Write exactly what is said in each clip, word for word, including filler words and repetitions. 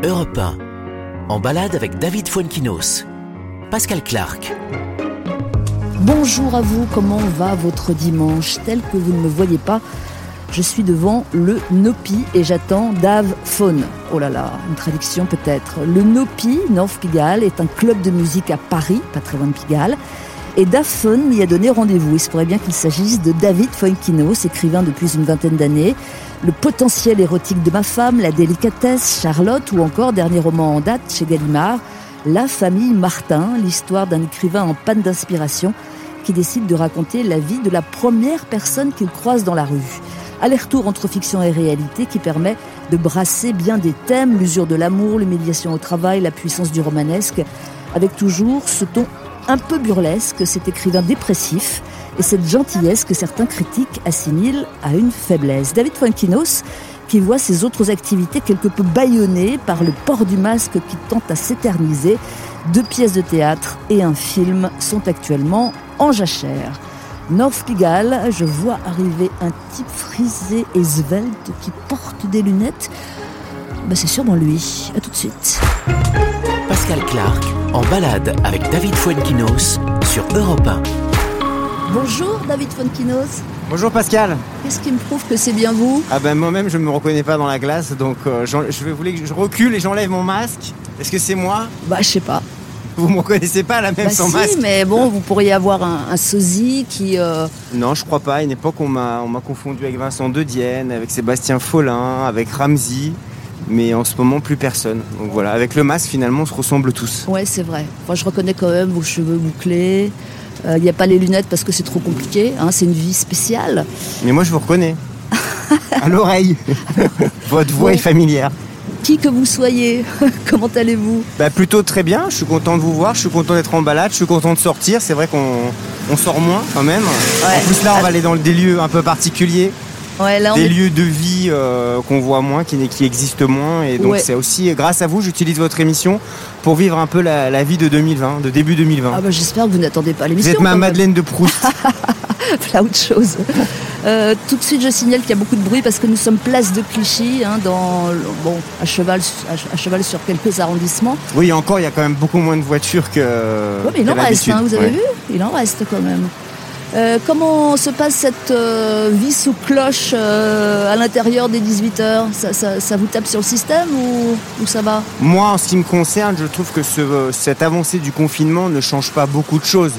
Europe un, en balade avec David Fuenquinos. Pascal Clark. Bonjour à vous, comment va votre dimanche? Tel que vous ne me voyez pas, je suis devant le Nopi et j'attends Dave Faune. Oh là là, une traduction peut-être. Le Nopi, North Pigalle, est un club de musique à Paris, pas très loin de Pigalle. Et Dave Faune y a donné rendez-vous. Il se pourrait bien qu'il s'agisse de David Fuenquinos, écrivain depuis une vingtaine d'années. Le potentiel érotique de ma femme, La délicatesse, Charlotte ou encore, dernier roman en date chez Gallimard, La famille Martin, l'histoire d'un écrivain en panne d'inspiration qui décide de raconter la vie de la première personne qu'il croise dans la rue. Aller-retour entre fiction et réalité qui permet de brasser bien des thèmes, l'usure de l'amour, l'humiliation au travail, la puissance du romanesque, avec toujours ce ton un peu burlesque, cet écrivain dépressif et cette gentillesse que certains critiques assimilent à une faiblesse. David Fuenquinos, qui voit ses autres activités quelque peu bâillonnées par le port du masque qui tente à s'éterniser, deux pièces de théâtre et un film sont actuellement en jachère. North Pigalle, je vois arriver un type frisé et svelte qui porte des lunettes. Ben c'est sûrement lui. À tout de suite. Pascal Clark, en balade avec David Fuenquinos sur Europe un. Bonjour David Fuenquinos. Bonjour Pascal. Qu'est-ce qui me prouve que c'est bien vous? Ah ben moi-même je ne me reconnais pas dans la glace, donc euh, je voulais que je recule et j'enlève mon masque. Est-ce que c'est moi? Bah je sais pas. Vous me reconnaissez pas là même bah sans si, masque? Mais bon, vous pourriez avoir un, un sosie qui... Euh... Non, je crois pas. À une époque on m'a, on m'a confondu avec Vincent De Dienne, avec Sébastien Follin, avec Ramsey. Mais en ce moment, plus personne. Donc voilà, avec le masque, finalement, on se ressemble tous. Ouais, c'est vrai. Moi, je reconnais quand même vos cheveux bouclés. Il euh, n'y a pas les lunettes parce que c'est trop compliqué. Hein, c'est une vie spéciale. Mais moi, je vous reconnais. À l'oreille. Votre voix bon. Est familière. Qui que vous soyez, comment allez-vous? Bah, plutôt très bien. Je suis content de vous voir. Je suis content d'être en balade. Je suis content de sortir. C'est vrai qu'on on sort moins quand même. Ouais. En plus, là, on va aller dans des lieux un peu particuliers. Ouais, là, des est... lieux de vie euh, qu'on voit moins, qui, qui existent moins. Et donc, ouais. C'est aussi grâce à vous, j'utilise votre émission pour vivre un peu la, la vie de deux mille vingt, de début deux mille vingt. Ah bah, j'espère que vous n'attendez pas l'émission. Vous êtes ma Madeleine de Proust. Plein autre chose. Euh, tout de suite, je signale qu'il y a beaucoup de bruit parce que nous sommes place de Clichy, hein, dans, bon, à, cheval, à, à cheval sur quelques arrondissements. Oui, encore, il y a quand même beaucoup moins de voitures que. Oui, mais il en reste, hein, vous avez ouais. vu? Il en reste quand même. Euh, comment se passe cette euh, vie sous cloche euh, à l'intérieur des dix-huit heures? ça, ça, ça vous tape sur le système ou, ou ça va? Moi, en ce qui me concerne, je trouve que ce, cette avancée du confinement ne change pas beaucoup de choses.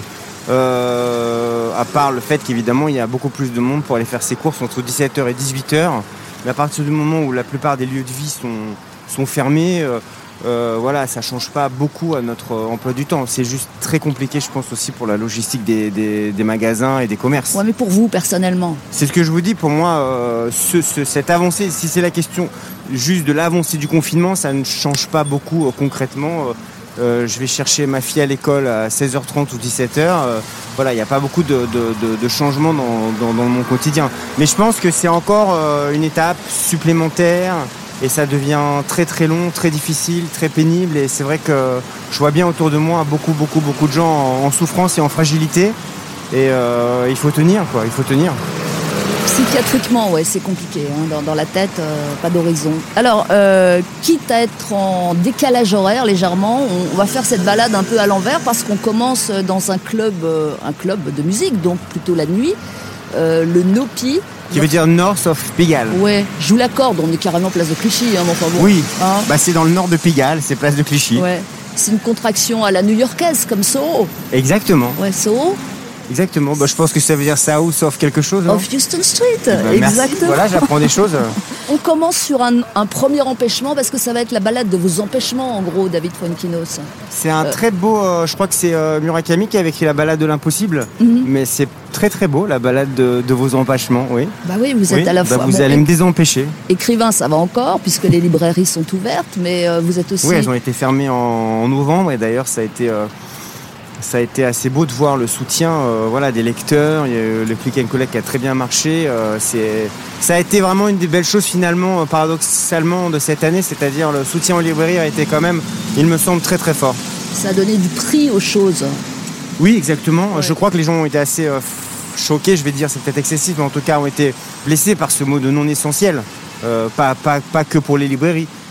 Euh, à part le fait qu'évidemment, il y a beaucoup plus de monde pour aller faire ses courses entre dix-sept heures et dix-huit heures. Mais à partir du moment où la plupart des lieux de vie sont, sont fermés, euh, Euh, voilà, ça change pas beaucoup à notre emploi du temps. C'est juste très compliqué, je pense, aussi pour la logistique des, des, des magasins et des commerces. Ouais, mais pour vous, personnellement? C'est ce que je vous dis. Pour moi, euh, ce, ce, cette avancée, si c'est la question juste de l'avancée du confinement, ça ne change pas beaucoup euh, concrètement. Euh, je vais chercher ma fille à l'école à seize heures trente ou dix-sept heures. Euh, voilà, il n'y a pas beaucoup de, de, de, de changements dans, dans, dans mon quotidien. Mais je pense que c'est encore euh, une étape supplémentaire. Et ça devient très très long, très difficile, très pénible. Et c'est vrai que je vois bien autour de moi beaucoup, beaucoup, beaucoup de gens en, en souffrance et en fragilité. Et euh, il faut tenir, quoi. Il faut tenir. Psychiatriquement, ouais, c'est compliqué. Hein. Dans, dans la tête, euh, pas d'horizon. Alors, euh, quitte à être en décalage horaire légèrement, on, on va faire cette balade un peu à l'envers parce qu'on commence dans un club, euh, un club de musique, donc plutôt la nuit, euh, le Nopi. Qui veut dire North of Pigalle. Ouais, je vous l'accorde, on est carrément place de Clichy. Hein, enfin bon, oui, hein bah c'est dans le nord de Pigalle, c'est place de Clichy. Ouais, c'est une contraction à la new-yorkaise, comme Soho. Exactement. Ouais, Soho. Exactement, bah, je pense que ça veut dire South of quelque chose. Of Houston Street, bah, exactement. Merci. Voilà, j'apprends des choses. On commence sur un, un premier empêchement, parce que ça va être la balade de vos empêchements, en gros, David Fuenquinos. C'est un euh... très beau, euh, je crois que c'est euh, Murakami qui avait écrit la balade de l'impossible, mm-hmm. mais c'est très très beau, la balade de, de vos empêchements, oui. Bah oui, vous êtes oui, à la bah fois... Vous bon, allez me désempêcher. Écrivain, ça va encore, puisque les librairies sont ouvertes, mais euh, vous êtes aussi... Oui, elles ont été fermées en, en novembre, et d'ailleurs, ça a été... Euh, Ça a été assez beau de voir le soutien euh, voilà, des lecteurs. Il y a eu le click and collect qui a très bien marché. Euh, c'est... Ça a été vraiment une des belles choses finalement, euh, paradoxalement, de cette année. C'est-à-dire le soutien aux librairies a été quand même, il me semble, très très fort. Ça a donné du prix aux choses. Oui, exactement. Ouais. Je crois que les gens ont été assez euh, choqués, je vais dire, c'est peut-être excessif, mais en tout cas ont été blessés par ce mot de non essentiel. Euh, pas, pas, pas que pour les librairies.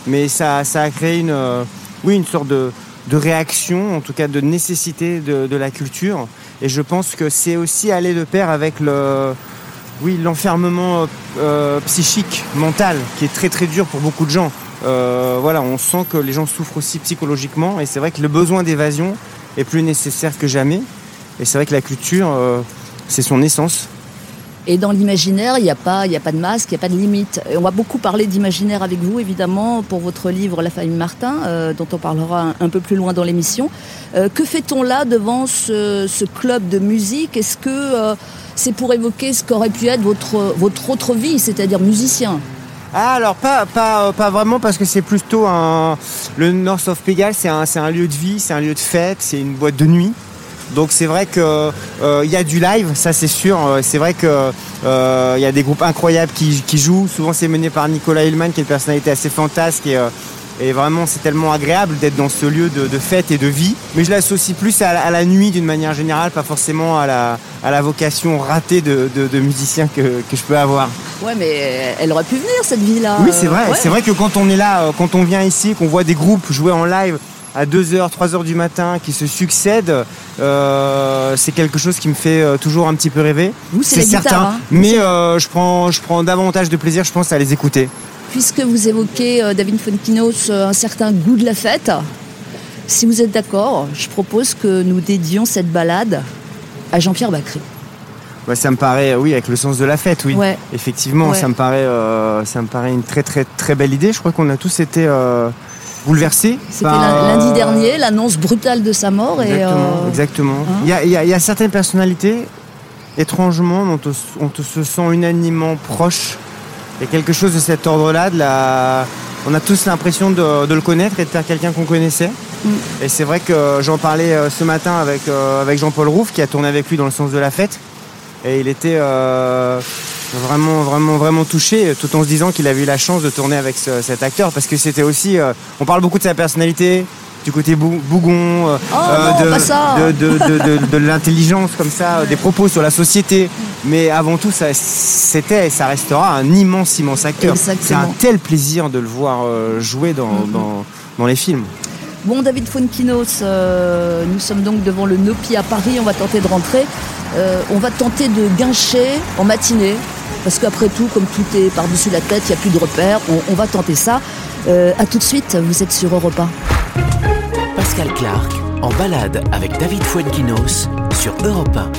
mais ça, ça a créé une, euh, oui, une sorte de, de réaction, en tout cas de nécessité de, de la culture. Et je pense que c'est aussi aller de pair avec le, oui, l'enfermement euh, psychique, mental, qui est très très dur pour beaucoup de gens. Euh, voilà, on sent que les gens souffrent aussi psychologiquement, et c'est vrai que le besoin d'évasion est plus nécessaire que jamais. Et c'est vrai que la culture, euh, c'est son essence. Et dans l'imaginaire, il n'y a pas, il n'y a pas de masque, il n'y a pas de limite. Et on va beaucoup parler d'imaginaire avec vous, évidemment, pour votre livre La famille Martin, euh, dont on parlera un, un peu plus loin dans l'émission. Euh, que fait-on là devant ce, ce club de musique ? Est-ce que euh, c'est pour évoquer ce qu'aurait pu être votre, votre autre vie, c'est-à-dire musicien ? Ah, alors pas, pas, pas vraiment, parce que c'est plutôt un... Le North of Pigalle, c'est un, c'est un lieu de vie, c'est un lieu de fête, c'est une boîte de nuit. Donc c'est vrai qu'il euh, y a du live, ça c'est sûr. C'est vrai qu'il euh, y a des groupes incroyables qui, qui jouent. Souvent c'est mené par Nicolas Hillman, qui est une personnalité assez fantasque. Et, euh, et vraiment c'est tellement agréable d'être dans ce lieu de, de fête et de vie. Mais je l'associe plus à, à la nuit d'une manière générale, pas forcément à la, à la vocation ratée de, de, de musicien que, que je peux avoir. Ouais, mais elle aurait pu venir cette vie-là. Oui, c'est vrai. Ouais. C'est vrai que quand on est là, quand on vient ici, qu'on voit des groupes jouer en live à deux heures, trois heures du matin, qui se succèdent, euh, c'est quelque chose qui me fait euh, toujours un petit peu rêver. Vous, c'est, c'est la certain, guitare, hein. Mais euh, je prends, je prends davantage de plaisir, je pense, à les écouter. Puisque vous évoquez, euh, David Fontkinos, euh, un certain goût de la fête, si vous êtes d'accord, je propose que nous dédions cette balade à Jean-Pierre Bacri. Ouais, ça me paraît, oui, avec le sens de la fête, oui. Ouais. Effectivement, ouais. ça me paraît, euh, ça me paraît une très, très, très belle idée. Je crois qu'on a tous été euh, bouleversés. C'était par, lundi euh... dernier, l'annonce brutale de sa mort. Exactement, et euh... exactement. Hein il y a, il y a, il y a certaines personnalités, étrangement, dont on, on se sent unanimement proche. Il y a quelque chose de cet ordre-là, de la... on a tous l'impression de, de le connaître et de faire quelqu'un qu'on connaissait. Mm. Et c'est vrai que j'en parlais ce matin avec, euh, avec Jean-Paul Rouff, qui a tourné avec lui dans Le Sens de la Fête. Et il était euh, vraiment, vraiment, vraiment touché, tout en se disant qu'il avait eu la chance de tourner avec ce, cet acteur, parce que c'était aussi, euh, on parle beaucoup de sa personnalité, du côté bou- bougon, euh, oh non, de, pas ça. de, de, de, de, de, de l'intelligence comme ça, ouais. Des propos sur la société. Mais avant tout, ça, c'était et ça restera un immense, immense acteur. Exactement. C'est un tel plaisir de le voir euh, jouer dans, mm-hmm. dans, dans les films. Bon, David Fontkinos, euh, nous sommes donc devant le Nopi à Paris, on va tenter de rentrer. Euh, on va tenter de guincher en matinée, parce qu'après tout, comme tout est par-dessus la tête, il n'y a plus de repères, on, on va tenter ça. Euh, à tout de suite, vous êtes sur Europe un. Pascal Clark, en balade avec David Fontkinos sur Europe un.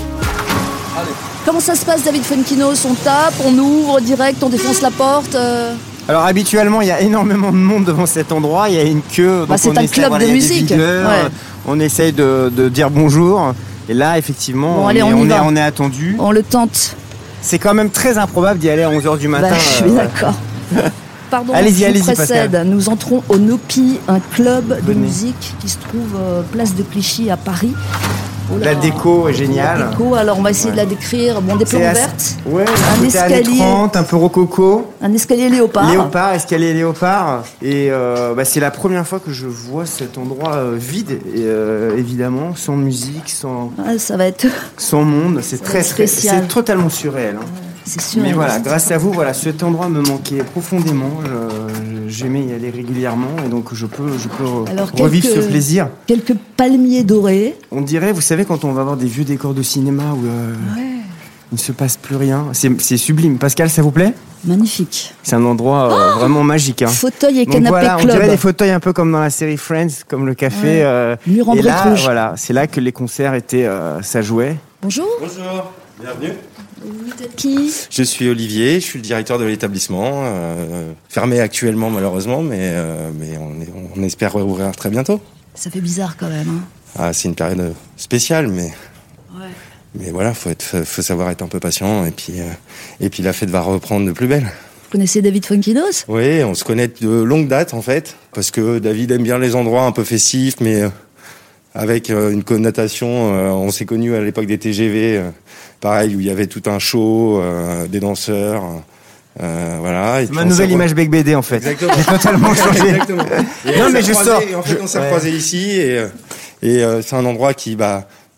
Comment ça se passe, David Fontkinos ? On tape, on ouvre direct, on défonce la porte euh... Alors habituellement, il y a énormément de monde devant cet endroit, il y a une queue. Bah, c'est on un essaie, club voilà, de musique. Videurs, ouais. On essaye de, de dire bonjour. Et là, effectivement, bon, on, allez, est, on, on, est, on est attendu. On le tente. C'est quand même très improbable d'y aller à onze heures du matin. Bah, je suis euh... d'accord. Pardon, allez-y, je vous allez-y, précède. Pascal. Nous entrons au Nopi, un club de Venez. musique qui se trouve euh, place de Clichy à Paris. Oh là, la déco est géniale. La déco, alors on va essayer ouais. de la décrire. Bon, des plantes vertes. Ouais, un escalier. trente, un peu rococo. Un escalier léopard. Léopard, escalier léopard. Et euh, bah, c'est la première fois que je vois cet endroit euh, vide, et, euh, évidemment, sans musique, sans. Ah, ça va être. Sans monde. C'est très, très, c'est totalement surréel. Hein. C'est sûr. Mais voilà, grâce à vous, voilà, cet endroit me manquait profondément. Je, j'aimais y aller régulièrement et donc je peux, je peux Alors, revivre quelques, ce plaisir. Quelques palmiers dorés. On dirait, vous savez, quand on va voir des vieux décors de cinéma où euh, ouais. il ne se passe plus rien, c'est, c'est sublime. Pascal, ça vous plaît ? Magnifique. C'est un endroit euh, oh vraiment magique. Hein. Fauteuil et donc canapé voilà, club. On dirait des fauteuils un peu comme dans la série Friends, comme le café. Ouais. Euh, Mur en et briques là, rouges. voilà, c'est là que les concerts étaient, euh, ça jouait. Bonjour. Bonjour, bienvenue. Vous êtes qui ? Je suis Olivier, je suis le directeur de l'établissement, euh, fermé actuellement malheureusement, mais, euh, mais on, est, on espère rouvrir très bientôt. Ça fait bizarre quand même. Hein. Ah, c'est une période spéciale, mais, ouais. mais voilà, faut, être, faut savoir être un peu patient et puis, euh, et puis la fête va reprendre de plus belle. Vous connaissez David Fontkinos ? Oui, on se connaît de longue date en fait, parce que David aime bien les endroits un peu festifs, mais euh, avec euh, une connotation, euh, on s'est connus à l'époque des T G V, euh, pareil, où il y avait tout un show, euh, des danseurs, euh, voilà. Et c'est ma nouvelle image Bec B D en fait. Exactement. J'ai totalement changé. Exactement. Et non mais je croisé, sors. Et en fait, on s'est ouais. croisés ici et, et euh, c'est un endroit qui, bah,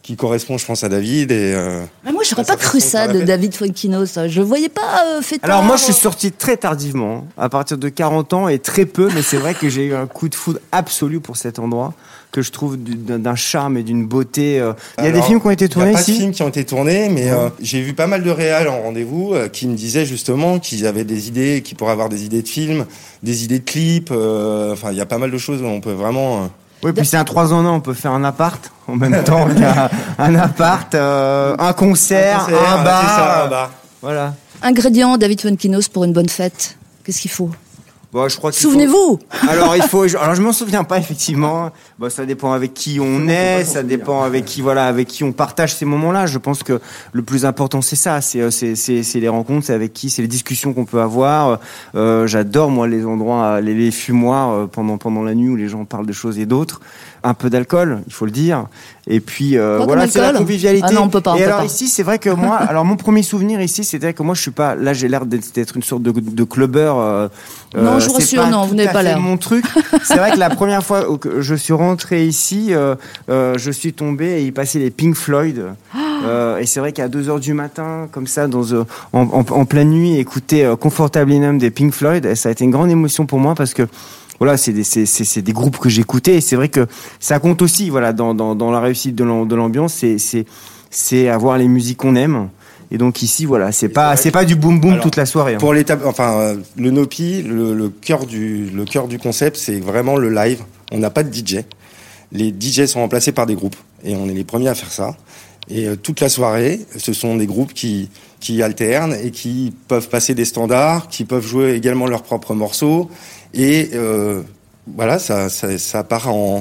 qui correspond, je pense, à David. Et, euh, mais moi, j'aurais pas cru ça de David Fuenquinos. Je le voyais pas euh, fait tard. Alors moi, je suis sorti très tardivement, à partir de quarante ans, et très peu, mais c'est vrai que j'ai eu un coup de foudre absolu pour cet endroit, que je trouve d'un charme et d'une beauté. Il y a Alors, des films qui ont été tournés ici ? Il y a pas de films qui ont été tournés, mais euh, j'ai vu pas mal de réals en rendez-vous euh, qui me disaient justement qu'ils avaient des idées, qu'ils pourraient avoir des idées de films, des idées de clips. Euh, enfin, il y a pas mal de choses où on peut vraiment... Euh, Oui, puis c'est un trois en un, on peut faire un appart en même temps qu'un un appart, euh, un, concert, un concert, un bar. C'est ça, un bar. Voilà. Ingrédients, David Fuenquinos, pour une bonne fête. Qu'est-ce qu'il faut ? Bon, je crois Souvenez-vous. Faut... Alors il faut. Alors je m'en souviens pas effectivement. Bon, ça dépend avec qui on est, ça dépend avec qui voilà, avec qui on partage ces moments-là. Je pense que le plus important c'est ça, c'est c'est c'est, c'est les rencontres, c'est avec qui, c'est les discussions qu'on peut avoir. Euh, j'adore moi les endroits, les, les fumoirs pendant pendant la nuit où les gens parlent de choses et d'autres. Un peu d'alcool, il faut le dire. Et puis euh, voilà, c'est la convivialité. Ah non, on peut pas. On et peut alors pas. Ici, c'est vrai que moi, alors mon premier souvenir ici, c'était que moi je suis pas. Là, j'ai l'air d'être, d'être une sorte de, de clubbeur. Euh, non, je vous rassure, non, vous n'avez pas l'air. Mon truc. C'est vrai que la première fois que je suis rentré ici, euh, euh, je suis tombé et il passait les Pink Floyd. Euh, et c'est vrai qu'à deux heures du matin, comme ça, dans euh, en, en, en pleine nuit, écouter euh, Comfortably Numb des Pink Floyd, et ça a été une grande émotion pour moi parce que. Voilà, c'est des, c'est, c'est, c'est des groupes que j'écoutais et c'est vrai que ça compte aussi, voilà, dans, dans, dans la réussite de, l'am, de l'ambiance, c'est, c'est, c'est avoir les musiques qu'on aime. Et donc ici, voilà, c'est et pas, c'est, c'est pas du boom boom Alors, toute la soirée. Hein. Pour l'étape, enfin, euh, le Nopi, le, le cœur du, le cœur du concept, c'est vraiment le live. On n'a pas de D J. Les D J sont remplacés par des groupes et on est les premiers à faire ça. Et euh, toute la soirée, ce sont des groupes qui, qui alternent et qui peuvent passer des standards, qui peuvent jouer également leurs propres morceaux. Et euh, voilà, ça, ça, ça part en,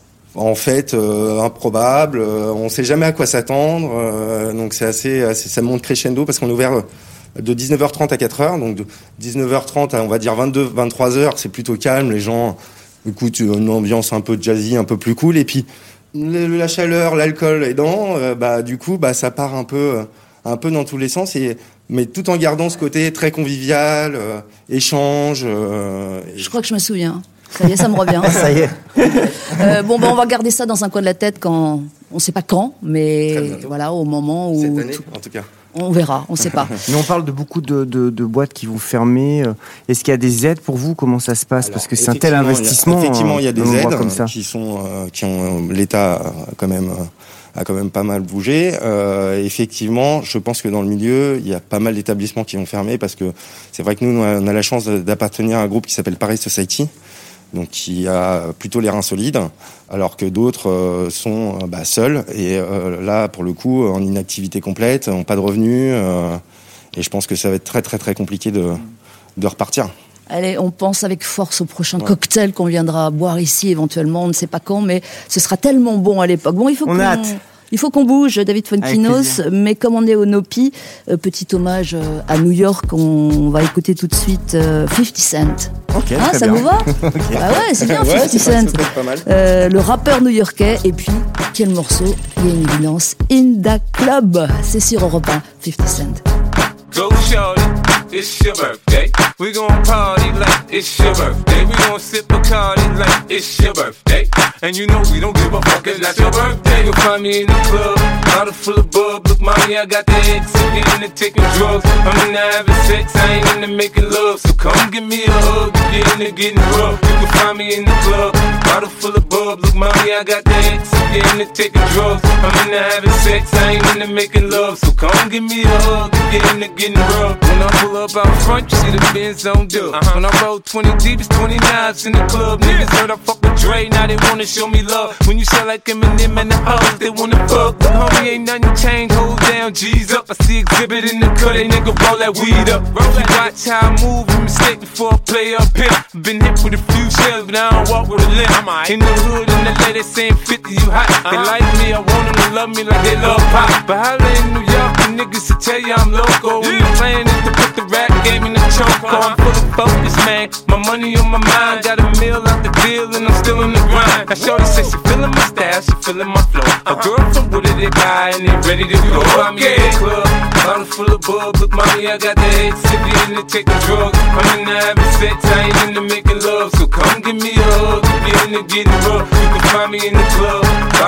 en fait euh, improbable. Euh, on ne sait jamais à quoi s'attendre. Euh, donc c'est assez, assez, ça monte crescendo parce qu'on est ouvert de dix-neuf heures trente à quatre heures. Donc de dix-neuf heures trente à on va dire vingt-deux, vingt-trois heures, c'est plutôt calme. Les gens écoutent une ambiance un peu jazzy, un peu plus cool. Et puis le, la chaleur, l'alcool aidant, euh, bah du coup, bah ça part un peu, un peu dans tous les sens. Et mais tout en gardant ce côté très convivial, euh, échange. Euh, et... Je crois que je me souviens. Ça y est, ça me revient. Ça y est. Euh, bon, ben, on va garder ça dans un coin de la tête quand, on ne sait pas quand, mais voilà, au moment où. Cette année, tout... en tout cas. On verra, on ne sait pas. Mais on parle de beaucoup de, de, de boîtes qui vont fermer. Est-ce qu'il y a des aides pour vous ? Comment ça se passe ? Alors, parce que c'est un tel investissement. Il y a, effectivement, il y a des aides comme ça. qui sont, euh, qui ont l'État a quand même. Euh, a quand même pas mal bougé. Euh, effectivement, je pense que dans le milieu, il y a pas mal d'établissements qui vont fermer parce que c'est vrai que nous, on a la chance d'appartenir à un groupe qui s'appelle Paris Society, donc qui a plutôt les reins solides, alors que d'autres euh, sont bah, seuls et euh, là, pour le coup, en inactivité complète, n'ont pas de revenus euh, et je pense que ça va être très très très compliqué de, de repartir. Allez, on pense avec force au prochain ouais. cocktail qu'on viendra boire ici éventuellement, on ne sait pas quand, mais ce sera tellement bon à l'époque. Bon, il faut on qu'on... a hâte. Il faut qu'on bouge, David Fuenquinos, mais comme on est au Nopi, euh, petit hommage euh, à New York, on va écouter tout de suite euh, fifty Cent. Ok, ah, ça bien. vous va? Okay. Ah ouais, c'est bien ouais, fifty c'est Cent. pas, pas mal. Euh, le rappeur new-yorkais, et puis quel morceau? Il y a une évidence. In the Club, c'est sur Europe un, fifty Cent. Go shorty, it's your birthday. We gon' party like it's your birthday. We gon' sip Bacardi like it's your birthday. And you know we don't give a fuck, it's not your birthday. You'll find me in the club, bottle full of bub. Look, mommy, I got the X, I'm getting into taking drugs. I'm into having sex, I ain't into making love. So come give me a hug, you get into getting rough. You can find me in the club, bottle full of bub. Look, mommy, I got the X, I'm getting into taking drugs. I'm into having sex, I ain't into making love. So come give me a hug, you get into getting rough. When I pull up out front, you see the Benz on dub. Uh-huh. When I roll twenty deep, it's twenty knives in the club. Niggas heard I fuck with Dre, now they wanna show me love. When you sell like Eminem and the hoes, they wanna fuck. But homie, ain't nothing changed, hold down, G's up. I see exhibit in the cut, they nigga roll that weed up. Roll that. Watch how I move, and mistake before I play up here. Been hit with a few shells, but I don't walk with a limp. Right. In the hood, in the lady saying fifty, you hot. Uh-huh. They like me, I want them to love me like they love pop. But holla in New York, the niggas will tell you I'm loco. Yeah. And the plan is to put the rap game in the choke. Uh-huh. I'm full of focus, man. My money on my mind, got a meal out the deal, and I'm still in the grind. Now shorty say she feeling my style, she feeling my flow. A girl from Wooded, they buy and they ready to go. I'm in the club, bottle full of bub. Look, mommy, I got the head sick, into taking drugs. I'm into having sex, I ain't into making love. So come give me a hug, get into getting rough. You can find me in the club, bottle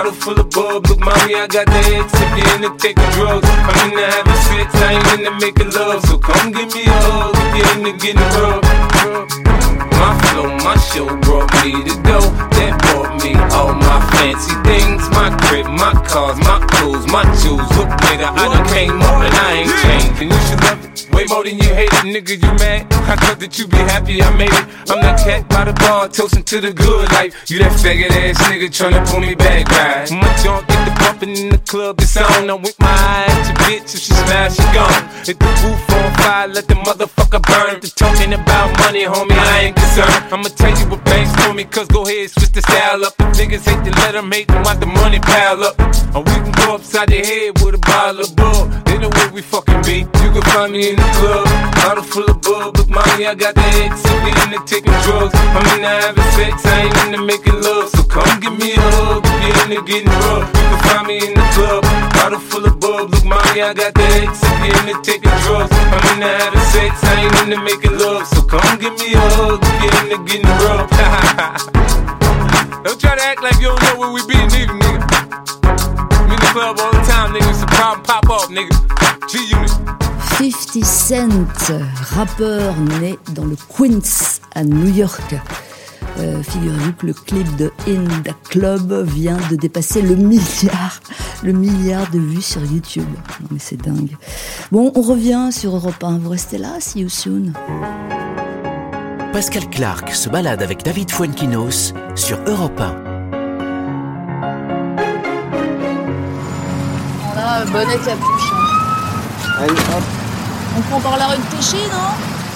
bottle full of bub. Look, mommy, I got the X if you're into taking drugs. I'm into having sex, I ain't into making love. So come give me a hug if you're into getting rubbed. My flow, my show brought me the dough that brought me all my fancy things. My crib, my cars, my clothes, my shoes. Look, nigga, I done came up and I ain't changed. And you should love it way more than you hate it, nigga, you mad? I thought that you be happy I made it. I'm that cat by the bar, toasting to the good life. You that faggot ass nigga tryna pull me back, right? My junk get the bumpin' in the club, it's on. I'm with my eyes, your bitch, if she smash, she gone. Hit the roof on fire, let the motherfucker burn. The talking about money, homie, I ain't concerned. I'ma tell you what banks told me, cause go ahead, switch the style up. If niggas hate to let them hate them, watch the money pile up. Or we can go upside the head with a bottle of bull. They know where we fucking be. You can find me in the club, bottle full of bub. Look, mommy, I got the X if you're into taking drugs. I'm into having sex, I ain't into making love. So come give me a hug if you're into getting rubbed. You can find me in the club, bottle full of bub. Look, mommy, I got the X if you're into taking drugs. I'm into having sex, I ain't into making love. So come give me a hug if you're into getting rubbed. Don't try to act like you don't know where we be, neither, nigga. I'm in the club all the time, nigga. It's a problem, pop off, nigga. G-Unit. fifty Cent, rappeur né dans le Queens à New York. Euh, figurez-vous que le clip de In The Club vient de dépasser le milliard, le milliard de vues sur YouTube. Non mais c'est dingue. Bon, on revient sur Europe un. Vous restez là, see you soon. Pascal Clark se balade avec David Fuenquinos sur Europe un. On a un bonnet capuche. Allez, hop. On prend encore la rue de Péché, non ?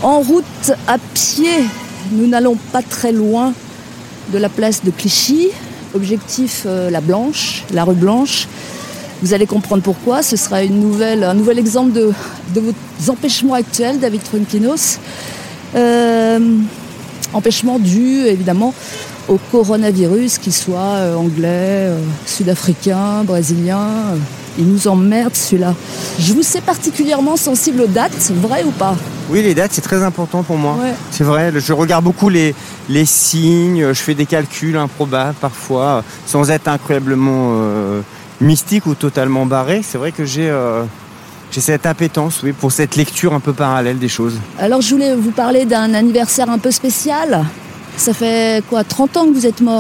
En route à pied, nous n'allons pas très loin de la place de Clichy. Objectif, euh, la Blanche, la rue Blanche. Vous allez comprendre pourquoi. Ce sera une nouvelle, un nouvel exemple de, de vos empêchements actuels, David Fuenquinos. Euh, empêchement dû, évidemment, au coronavirus, qu'il soit euh, anglais, euh, sud-africain, brésilien. Euh, il nous emmerde, celui-là. Je vous sais particulièrement sensible aux dates, vrai ou pas ? Oui, les dates, c'est très important pour moi. Ouais. C'est vrai, je regarde beaucoup les, les signes, je fais des calculs improbables parfois, sans être incroyablement euh, mystique ou totalement barré. C'est vrai que j'ai... Euh J'ai cette appétence, oui, pour cette lecture un peu parallèle des choses. Alors, je voulais vous parler d'un anniversaire un peu spécial. Ça fait quoi, trente ans que vous êtes mort ?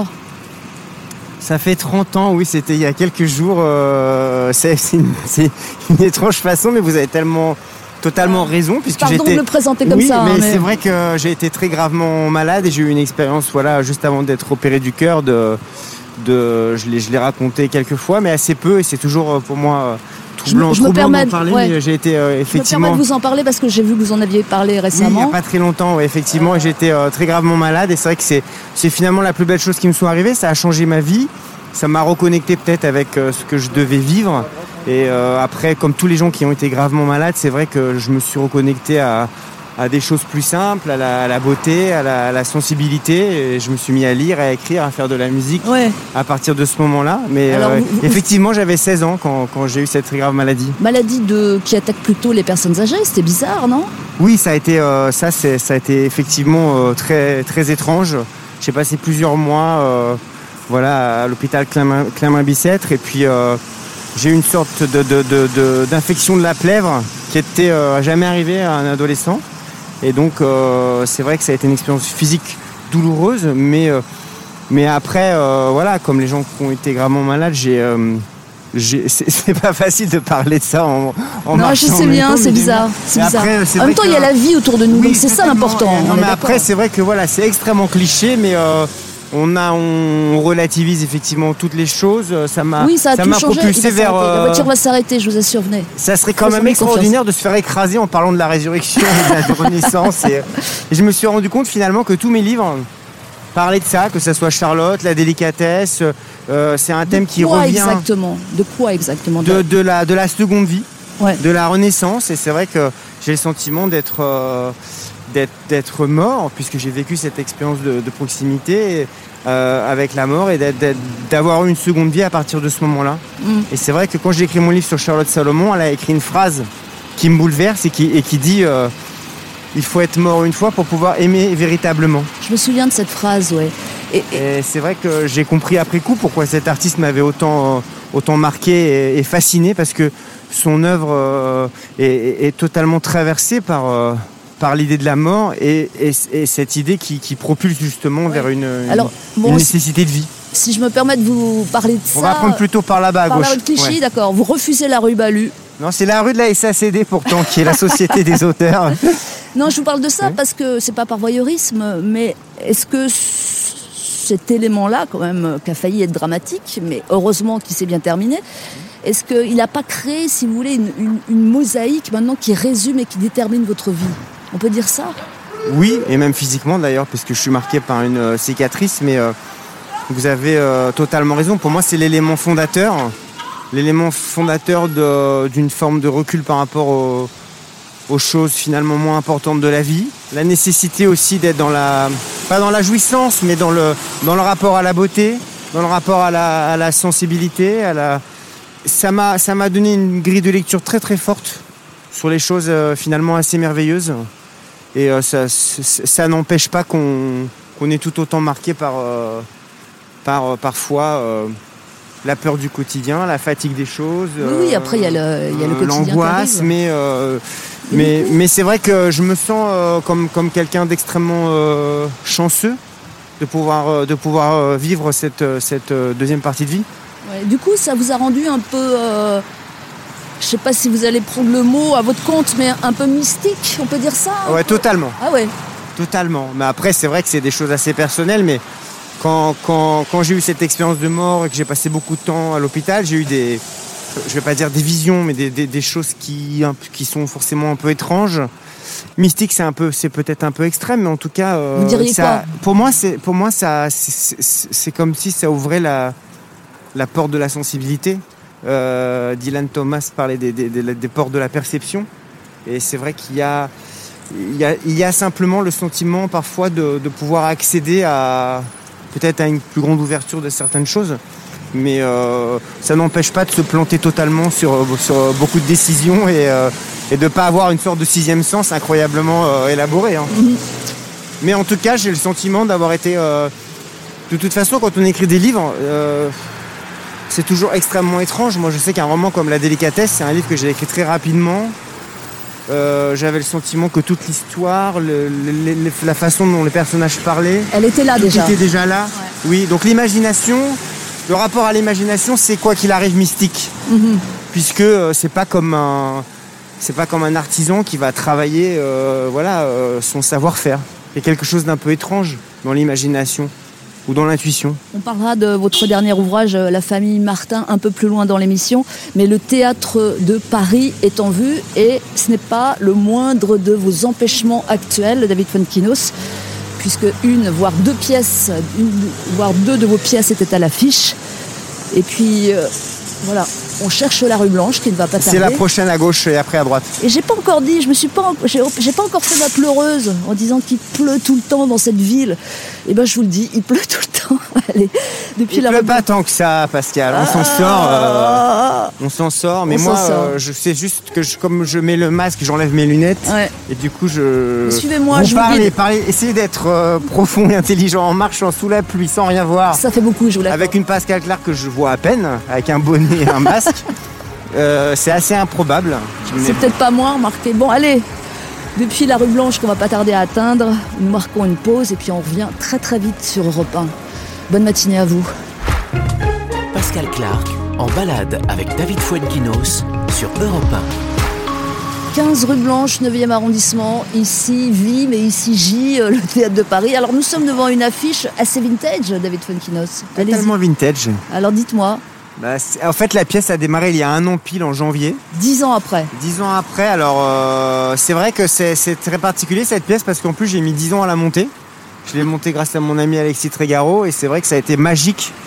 Ça fait trente ans, oui, c'était il y a quelques jours. Euh, c'est, c'est, une, c'est une étrange façon, mais vous avez tellement, totalement raison. Puisque Pardon j'étais... de le présenter comme oui, ça. mais, hein, mais c'est vrai que j'ai été très gravement malade et j'ai eu une expérience, voilà, juste avant d'être opéré du cœur. De, de, je, l'ai, je l'ai raconté quelques fois, mais assez peu, et c'est toujours pour moi... Troublant, je me, je me permets, d'en parler, ouais. mais j'ai été euh, effectivement. Je me permets de vous en parler parce que j'ai vu que vous en aviez parlé récemment. Oui, il n'y a pas très longtemps, ouais, effectivement, et j'ai été euh, très gravement malade. Et c'est vrai que c'est, c'est finalement la plus belle chose qui me soit arrivée. Ça a changé ma vie. Ça m'a reconnecté peut-être avec euh, ce que je devais vivre. Et euh, après, comme tous les gens qui ont été gravement malades, c'est vrai que je me suis reconnecté à, à des choses plus simples, à la, à la beauté, à la, à la sensibilité. Et je me suis mis à lire, à écrire, à faire de la musique ouais. à partir de ce moment-là. Mais Alors, euh, vous, vous... effectivement, j'avais seize ans quand, quand j'ai eu cette très grave maladie. Maladie de... qui attaque plutôt les personnes âgées, c'était bizarre, non ? Oui, ça a été, euh, ça, c'est, ça a été effectivement euh, très, très étrange. J'ai passé plusieurs mois euh, voilà, à l'hôpital Clermain-Bicêtre et puis euh, j'ai eu une sorte de, de, de, de, d'infection de la plèvre qui était euh, jamais arrivée à un adolescent. Et donc, euh, c'est vrai que ça a été une expérience physique douloureuse, mais, euh, mais après, euh, voilà, comme les gens qui ont été gravement malades, j'ai, euh, j'ai, c'est, c'est pas facile de parler de ça en, en non, marchant. Non, je sais bien, temps, c'est bizarre. C'est bizarre. Après, c'est en même temps, il y a la vie autour de nous, oui, donc c'est ça l'important. Non, mais après, c'est vrai que voilà, c'est extrêmement cliché, mais euh, on, a, on relativise effectivement toutes les choses. Ça m'a, oui, ça a ça tout m'a changé. propulsé vers. Euh... La voiture va s'arrêter, je vous assure, venez. Ça serait quand même extraordinaire confiance. De se faire écraser en parlant de la résurrection et de la renaissance. Et, et je me suis rendu compte finalement que tous mes livres parlaient de ça, que ce soit Charlotte, la délicatesse. Euh, c'est un thème de qui quoi revient. Exactement De quoi exactement de, de, la, de la seconde vie, ouais. de la renaissance. Et c'est vrai que j'ai le sentiment d'être. Euh, D'être, d'être mort, puisque j'ai vécu cette expérience de, de proximité euh, avec la mort et d'être, d'être, d'avoir eu une seconde vie à partir de ce moment-là. Mm. Et c'est vrai que quand j'ai écrit mon livre sur Charlotte Salomon, elle a écrit une phrase qui me bouleverse et qui, et qui dit euh, « Il faut être mort une fois pour pouvoir aimer véritablement ». Je me souviens de cette phrase, ouais. Et, et... et c'est vrai que j'ai compris après coup pourquoi cet artiste m'avait autant, autant marqué et, et fasciné, parce que son œuvre euh, est, est, est totalement traversée par, euh, par l'idée de la mort et, et, et cette idée qui, qui propulse justement ouais. vers une, une, Alors, bon, une nécessité de vie. Si je me permets de vous parler de On ça... On va prendre plutôt par là-bas à par gauche. Par la rue de Clichy, ouais. d'accord. Vous refusez la rue Balu. Non, c'est la rue de la S A C D pourtant, qui est la Société des auteurs. Non, je vous parle de ça ouais. parce que c'est pas par voyeurisme, mais est-ce que cet élément-là, quand même, qui a failli être dramatique, mais heureusement qu'il s'est bien terminé, est-ce qu'il n'a pas créé, si vous voulez, une, une, une mosaïque maintenant qui résume et qui détermine votre vie ? On peut dire ça ? Oui, et même physiquement d'ailleurs, parce que je suis marqué par une euh, cicatrice, mais euh, vous avez euh, totalement raison. Pour moi, c'est l'élément fondateur. L'élément fondateur de, d'une forme de recul par rapport aux, aux choses finalement moins importantes de la vie. La nécessité aussi d'être dans la, pas dans la jouissance, mais dans le, dans le rapport à la beauté, dans le rapport à la, à la sensibilité. À la... Ça m'a, ça m'a donné une grille de lecture très très forte sur les choses euh, finalement assez merveilleuses. Et euh, ça, ça, ça n'empêche pas qu'on, qu'on est tout autant marqué par, euh, par euh, parfois... Euh, la peur du quotidien, la fatigue des choses. Oui, oui après il y a le, il y a le quotidien. L'angoisse, mais, euh, mais, mais c'est vrai que je me sens euh, comme, comme quelqu'un d'extrêmement euh, chanceux de pouvoir, euh, de pouvoir euh, vivre cette, cette euh, deuxième partie de vie. Ouais, du coup, ça vous a rendu un peu, euh, je ne sais pas si vous allez prendre le mot à votre compte, mais un peu mystique, on peut dire ça ? Ouais, totalement. Ah ouais. Totalement. Mais après, c'est vrai que c'est des choses assez personnelles, mais Quand, quand, quand j'ai eu cette expérience de mort et que j'ai passé beaucoup de temps à l'hôpital, j'ai eu des, je ne vais pas dire des visions, mais des, des, des choses qui, qui sont forcément un peu étranges. Mystique, c'est un peu, c'est peut-être un peu extrême, mais en tout cas, euh, vous diriez ça, quoi ? Pour moi, c'est, pour moi, ça, c'est, c'est, c'est comme si ça ouvrait la, la porte de la sensibilité. Euh, Dylan Thomas parlait des, des, des, des portes de la perception, et c'est vrai qu'il y a, il y a, il y a simplement le sentiment parfois de, de pouvoir accéder à peut-être à une plus grande ouverture de certaines choses, mais euh, ça n'empêche pas de se planter totalement sur, sur beaucoup de décisions et, euh, et de ne pas avoir une sorte de sixième sens incroyablement euh, élaboré. Hein. Mm-hmm. Mais en tout cas, j'ai le sentiment d'avoir été... Euh, de toute façon, quand on écrit des livres, euh, c'est toujours extrêmement étrange. Moi, je sais qu'un roman comme La Délicatesse, c'est un livre que j'ai écrit très rapidement. Euh, j'avais le sentiment que toute l'histoire, le, le, le, la façon dont les personnages parlaient, elle était là déjà. était déjà là. Ouais. Oui, donc l'imagination, le rapport à l'imagination, c'est quoi qu'il arrive mystique, mm-hmm. puisque euh, c'est pas comme un, c'est pas comme un artisan qui va travailler, euh, voilà, euh, son savoir-faire. Il y a quelque chose d'un peu étrange dans l'imagination ou dans l'intuition. On parlera de votre dernier ouvrage, La famille Martin, un peu plus loin dans l'émission, mais le théâtre de Paris est en vue et ce n'est pas le moindre de vos empêchements actuels, David Fuenkinos, puisque une, voire deux pièces, une, voire deux de vos pièces étaient à l'affiche. Et puis, euh, voilà, on cherche la rue Blanche qui ne va pas tarder. C'est la prochaine à gauche et après à droite. Et j'ai pas encore dit, je me suis pas, j'ai, j'ai pas encore fait ma pleureuse en disant qu'il pleut tout le temps dans cette ville. Et ben je vous le dis, il pleut tout le temps. Allez, depuis il la pleut rue... pas tant que ça, Pascal. On ah, s'en sort. Euh, on s'en sort. Mais on moi, sort. Euh, je sais juste que je, comme je mets le masque, j'enlève mes lunettes. Ouais. Et du coup, je. Mais suivez-moi, vous je parlez, vous guide. parlez, essayez d'être euh, profond et intelligent en marchant sous la pluie sans rien voir. Ça fait beaucoup, je vous l'accorde. Avec une Pascal Clark que je vois à peine, avec un bonnet et un masque. Euh, c'est assez improbable. C'est peut-être pas moi, remarquez. Bon, allez, depuis la rue Blanche qu'on va pas tarder à atteindre, nous marquons une pause et puis on revient très très vite sur Europe un. Bonne matinée à vous. Pascal Clark, en balade avec David Fuenkinos sur Europe un. quinze rue Blanche, neuvième arrondissement. Ici vit, mais ici gît le théâtre de Paris. Alors nous sommes devant une affiche assez vintage, David Fuenkinos. Tellement vintage. Alors dites-moi. Bah, en fait, la pièce a démarré il y a un an pile, en janvier. Dix ans après. Dix ans après. Alors, euh, c'est vrai que c'est, c'est très particulier cette pièce parce qu'en plus, j'ai mis dix ans à la monter. Je l'ai montée grâce à mon ami Alexis Trégaro et c'est vrai que ça a été magique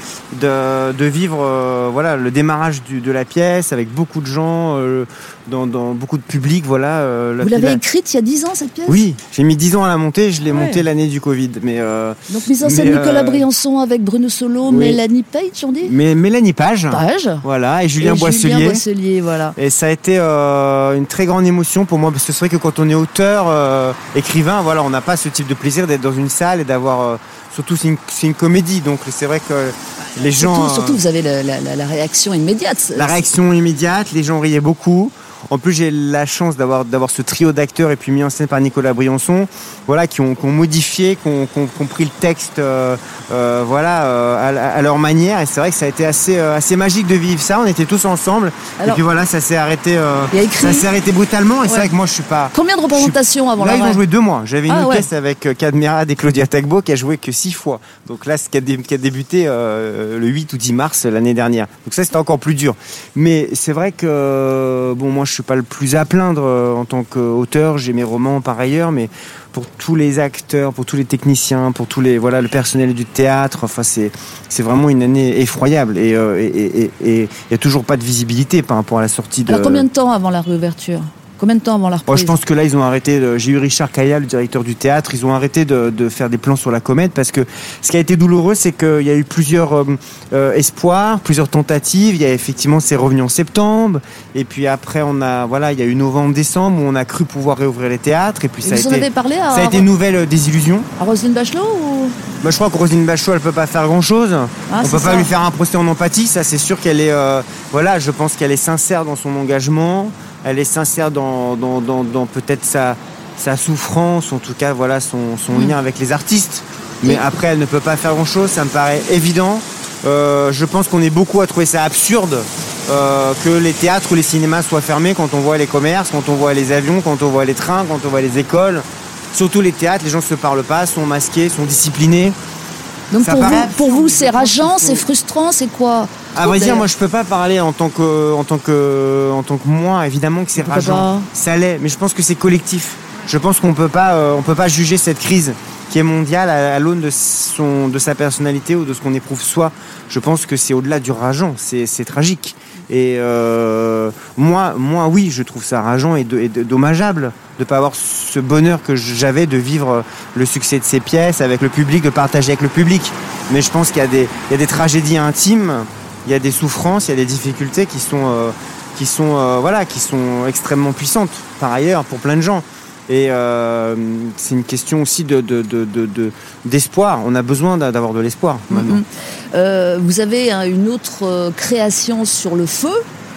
de, de vivre euh, voilà, le démarrage du, de la pièce avec beaucoup de gens, euh, dans, dans beaucoup de public. Voilà, euh, la, Vous l'avez la... écrite il y a dix ans, cette pièce ? Oui, j'ai mis dix ans à la monter, je l'ai Ouais. montée l'année du Covid. Mais, euh, Donc mise en scène mais, Nicolas euh, Briançon avec Bruno Solo, oui. Mélanie Page, on dit mais Mélanie Page, Page. voilà, et Julien Et Boisselier. Julien Boisselier, voilà. Et ça a été euh, une très grande émotion pour moi, parce que c'est vrai que quand on est auteur, euh, écrivain, voilà, on n'a pas ce type de plaisir d'être dans une salle et d'avoir... Euh, surtout, c'est une, c'est une comédie, donc c'est vrai que les Surtout, gens... euh, surtout, vous avez la, la- la- la réaction immédiate. la réaction immédiate, les gens riaient beaucoup. En plus, j'ai la chance d'avoir d'avoir ce trio d'acteurs et puis mis en scène par Nicolas Briançon, voilà, qui ont, qui ont modifié, qui ont, qui ont- qui ont pris le texte, euh, euh, voilà, euh, à, à leur manière. Et c'est vrai que ça a été assez euh, assez magique de vivre ça. On était tous ensemble. Alors, et puis voilà, ça s'est arrêté. Euh, il y a écrit- ça s'est arrêté brutalement. Et c'est Ouais. vrai que moi, je suis pas. Combien de représentations avant Là, la ils ont joué deux mois. J'avais une Ah, ouais. pièce avec euh, Cadmerade et Claudia Tagbo qui a joué que six fois. Donc là, ce qui a, dé- qui a débuté euh, le huit ou dix mars l'année dernière. Donc ça, c'était encore plus dur. Mais c'est vrai que euh, bon, moi, je suis pas le plus à plaindre euh, en tant qu'auteur. J'ai mes romans par ailleurs, mais pour tous les acteurs, pour tous les techniciens, pour tous les voilà le personnel du théâtre, enfin c'est c'est vraiment une année effroyable et euh, et et- et- et il y a toujours pas de visibilité par rapport à la sortie de. Alors combien de temps avant la réouverture ? Combien de temps avant la Oh, reprise ? je pense que là, ils ont arrêté. de- J'ai eu Richard Caillat, le directeur du théâtre. Ils ont arrêté de, de faire des plans sur la comète parce que ce qui a été douloureux, c'est qu'il y a eu plusieurs euh, euh, espoirs, plusieurs tentatives. Il y a effectivement, c'est revenu en septembre. Et puis après, on a, voilà, il y a eu novembre, décembre où on a cru pouvoir réouvrir les théâtres. Et puis ça a Vous en été, avez parlé à, ça a été une nouvelle euh, désillusion. à Roselyne Bachelot ou... Bah, je crois que Roselyne Bachelot, elle peut pas faire grand chose. Ah, on c'est peut pas ça. lui faire un procès en empathie. Ça, c'est sûr qu'elle est, euh, voilà, je pense qu'elle est sincère dans son engagement. Elle est sincère dans, dans, dans, dans peut-être sa, sa souffrance, en tout cas, voilà, son, son Mm. lien avec les artistes. Mais Et- après, elle ne peut pas faire grand chose. Ça me paraît évident. Euh, je pense qu'on est beaucoup à trouver ça absurde euh, que les théâtres ou les cinémas soient fermés quand on voit les commerces, quand on voit les avions, quand on voit les trains, quand on voit les écoles. Surtout les théâtres, les gens ne se parlent pas, sont masqués, sont disciplinés. Donc Ça pour vous, paraît pour absurde, vous, je c'est pense rageant, qu'il faut- c'est frustrant, c'est quoi À vrai dire, moi, je peux pas parler en tant que, en tant que, en tant que moi. Évidemment que c'est Pourquoi rageant, pas ça l'est, mais je pense que c'est collectif. Je pense qu'on peut pas, euh, on peut pas juger cette crise qui est mondiale à, à l'aune de son, de sa personnalité ou de ce qu'on éprouve soi. Je pense que c'est au-delà du rageant, c'est, c'est tragique. Et euh, moi, moi, oui, je trouve ça rageant et, de, et de- dommageable de pas avoir ce bonheur que j'avais de vivre le succès de ces pièces avec le public, de partager avec le public. Mais je pense qu'il y a des, il y a des tragédies intimes, il y a des souffrances, il y a des difficultés qui sont, euh, qui sont, euh, voilà, qui sont extrêmement puissantes par ailleurs pour plein de gens. Et euh, c'est une question aussi de, de, de, de, de- d'espoir. On a besoin d'a- d'avoir de l'espoir maintenant. Mhm. Euh, vous avez hein, une autre euh, création sur le feu.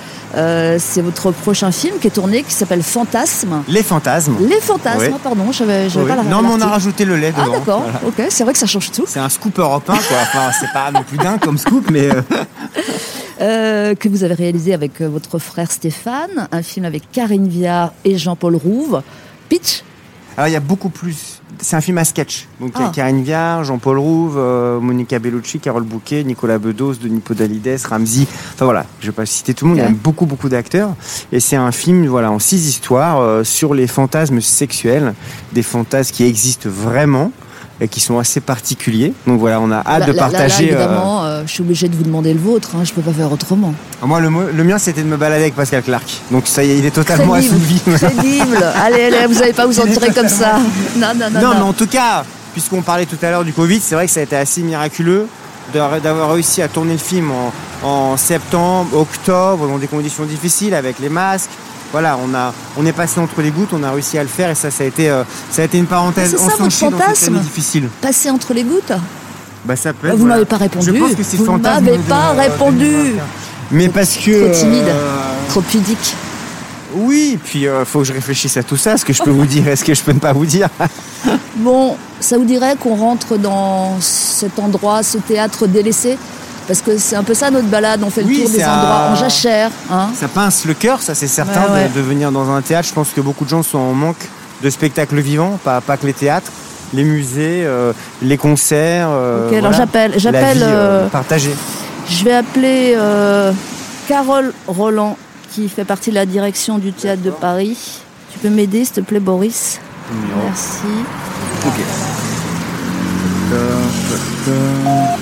Euh, c'est votre prochain film qui est tourné, qui s'appelle Fantasme. Les fantasmes. Les fantasmes, Oui. ah, pardon, j'avais, j'avais Oui. pas la Non, mais on a l'article. rajouté le lait Ah dedans. d'accord, Voilà. ok, c'est vrai que ça change tout. C'est un scoop européen, quoi. Enfin, c'est pas non plus dingue comme scoop, mais euh, Euh, que vous avez réalisé avec euh, votre frère Stéphane, un film avec Karine Viard et Jean-Paul Rouve. Pitch. alors il y a beaucoup plus. C'est un film à sketch. Donc il y a Ah. Karine Viard, Jean-Paul Rouve, euh, Monica Bellucci, Carole Bouquet, Nicolas Bedos, Denis Podalides, Ramzy. Enfin voilà, je vais pas citer tout le monde. Ok. Il y a beaucoup beaucoup d'acteurs. Et c'est un film, voilà, en six histoires euh, sur les fantasmes sexuels, des fantasmes qui existent vraiment et qui sont assez particuliers. Donc voilà, on a hâte Là- de là- là, partager. là, euh, évidemment, euh, je suis obligée de vous demander le vôtre, hein, je peux pas faire autrement. Moi, le, mo- le mien, c'était de me balader avec Pascal Clark. Donc ça y est, il est totalement assouvi. Crédible. Allez, allez, vous n'allez pas vous en tirer comme ça. Non, non, non. Non, non. mais en tout cas, puisqu'on parlait tout à l'heure du Covid, c'est vrai que ça a été assez miraculeux de- d'avoir réussi à tourner le film en, en septembre, octobre, dans des conditions difficiles, avec les masques. Voilà, on, a, on est passé entre les gouttes, on a réussi à le faire et ça, ça a été, euh, ça a été une parenthèse C'est ça, votre ensanchée dans cette fantasme année difficile. Passer entre les gouttes. Bah, ça peut Bah, être, vous voilà. m'avez pas répondu. Je pense que c'est Vous ne fantasme m'avez de- pas de- répondu. deux mille vingt et un. Mais parce que... Trop timide. euh, Trop pudique. oui, puis il euh, faut que je réfléchisse à tout ça. Ce que je peux vous dire, est-ce que je peux ne pas vous dire? Bon, ça vous dirait qu'on rentre dans cet endroit, ce théâtre délaissé? Parce que c'est un peu ça notre balade, on fait Oui, le tour des c'est endroits un- en jachère. Hein. Ça pince le cœur, ça c'est certain, Ouais, ouais. De, de venir dans un théâtre. Je pense que beaucoup de gens sont en manque de spectacles vivants, pas, pas que les théâtres, les musées, euh, les concerts. euh, Ok, alors voilà. j'appelle, La j'appelle, vie, euh, euh, partagée. je vais appeler euh, Carole Roland, qui fait partie de la direction du théâtre de Paris. Tu peux m'aider, s'il te plaît, Boris? Numéro. Merci. Ok. Oui,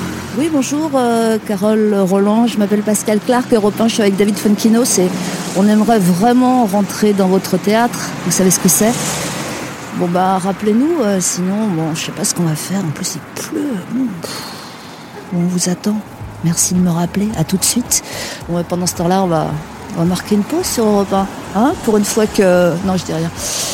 Oui, bonjour, euh, Carole Roland, je m'appelle Pascal Clark, Europe un, je suis avec David Fuenkinos et on aimerait vraiment rentrer dans votre théâtre. Vous savez ce que c'est ? Bon bah rappelez-nous, euh, sinon bon je sais pas ce qu'on va faire. En plus il pleut. Mmh. Bon, on vous attend. Merci de me rappeler. À tout de suite. Bon, pendant ce temps-là, on va, on va marquer une pause sur Europe un, hein, pour une fois que. Non, je dis rien.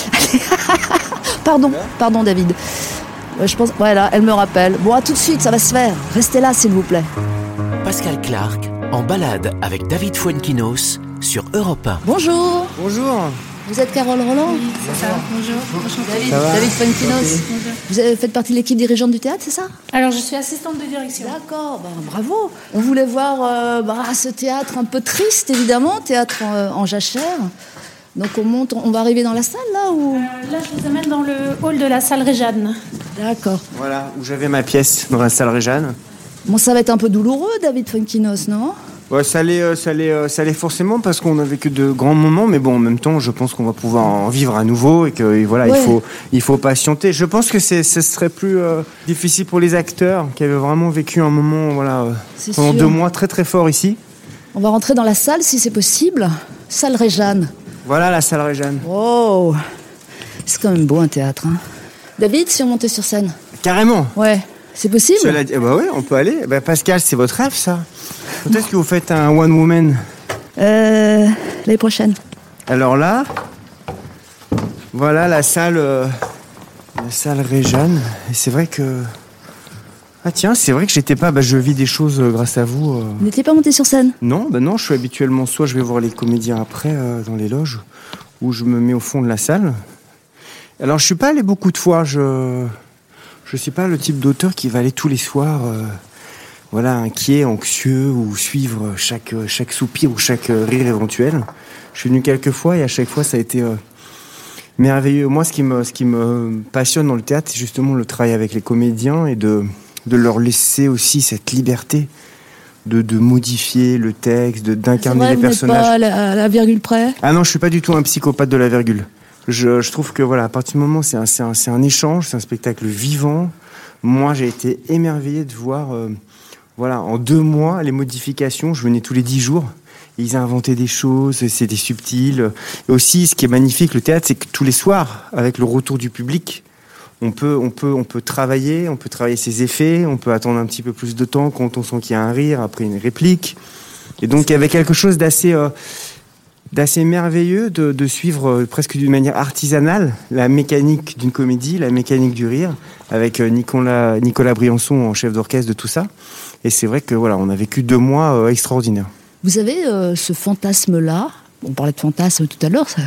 pardon, pardon David. Euh, je pense. Voilà, elle me rappelle. Bon, à tout de suite, ça va se faire. Restez là, s'il vous plaît. Pascal Clark en balade avec David Fuenkinos sur Europe un. Bonjour. Bonjour. Vous êtes Carole Roland ? Oui, c'est ça. Bonjour. Bonjour. David, Ça va ? David Fuenkinos. Bonjour. Vous avez- faites partie de l'équipe dirigeante du théâtre, c'est ça ? Alors, je suis assistante de direction. D'accord, ben, bravo. On voulait voir euh, bah, ce théâtre un peu triste, évidemment, théâtre en, en jachère. Donc on monte, on va arriver dans la salle, là ou... Euh, là, je vous amène dans le hall de la salle Réjeanne. D'accord. Voilà, où j'avais ma pièce dans la salle Réjeanne. Bon, ça va être un peu douloureux, David Fuenkinos, non ? Ouais, ça l'est, euh, ça l'est, euh, ça l'est forcément parce qu'on a vécu de grands moments, mais bon, en même temps, je pense qu'on va pouvoir en vivre à nouveau et que et voilà, Ouais. il faut, il faut patienter. Je pense que c'est, ce serait plus euh, difficile pour les acteurs qui avaient vraiment vécu un moment, voilà, euh, C'est pendant sûr. deux mois très très fort ici. On va rentrer dans la salle, si c'est possible. Salle Réjeanne. Voilà la salle Réjeanne. Oh, c'est quand même beau un théâtre, hein. David, si on montait sur scène ? Carrément. Ouais, c'est possible ? Cela dit- eh bah ouais, on peut aller. Bah, Pascal, c'est votre rêve, ça. Quand est-ce que vous faites un one woman ? Euh, l'année prochaine. Alors là, voilà la salle, euh, la salle Réjeanne. Et c'est vrai que ah tiens, c'est vrai que j'étais pas. Bah, je vis des choses euh, grâce à vous. euh. Vous n'étiez pas monté sur scène ? Non, bah non, je suis habituellement soit je vais voir les comédiens après euh, dans les loges, ou je me mets au fond de la salle. Alors je suis pas allé beaucoup de fois. Je je suis pas le type d'auteur qui va aller tous les soirs. euh, Voilà, inquiet, anxieux, ou suivre chaque, chaque soupir ou chaque rire éventuel. Je suis venu quelques fois et à chaque fois, ça a été euh, merveilleux. Moi, ce qui, me, ce qui me passionne dans le théâtre, c'est justement le travail avec les comédiens et de, de leur laisser aussi cette liberté de, de modifier le texte, de, d'incarner C'est vrai, les vous n'êtes personnages. pas à la, à la virgule près ? Ah non, je suis pas du tout un psychopathe de la virgule. Je, je trouve que voilà, à partir du moment, c'est un, c'est un, c'est un échange, c'est un spectacle vivant. Moi, j'ai été émerveillé de voir... Euh, Voilà, en deux mois, les modifications, je venais tous les dix jours. Ils inventaient des choses, c'était subtil. Et aussi, ce qui est magnifique, le théâtre, c'est que tous les soirs, avec le retour du public, on peut, on peut, on peut travailler, on peut travailler ses effets, on peut attendre un petit peu plus de temps quand on sent qu'il y a un rire, après une réplique. Et donc, il y avait quelque chose d'assez, euh, d'assez merveilleux de, de suivre euh, presque d'une manière artisanale la mécanique d'une comédie, la mécanique du rire, avec euh, Nicolas, Nicolas Briançon en chef d'orchestre de tout ça. Et c'est vrai que voilà, on a vécu deux mois euh, extraordinaires. Vous avez euh, ce fantasme-là, on parlait de fantasme tout à l'heure, ça,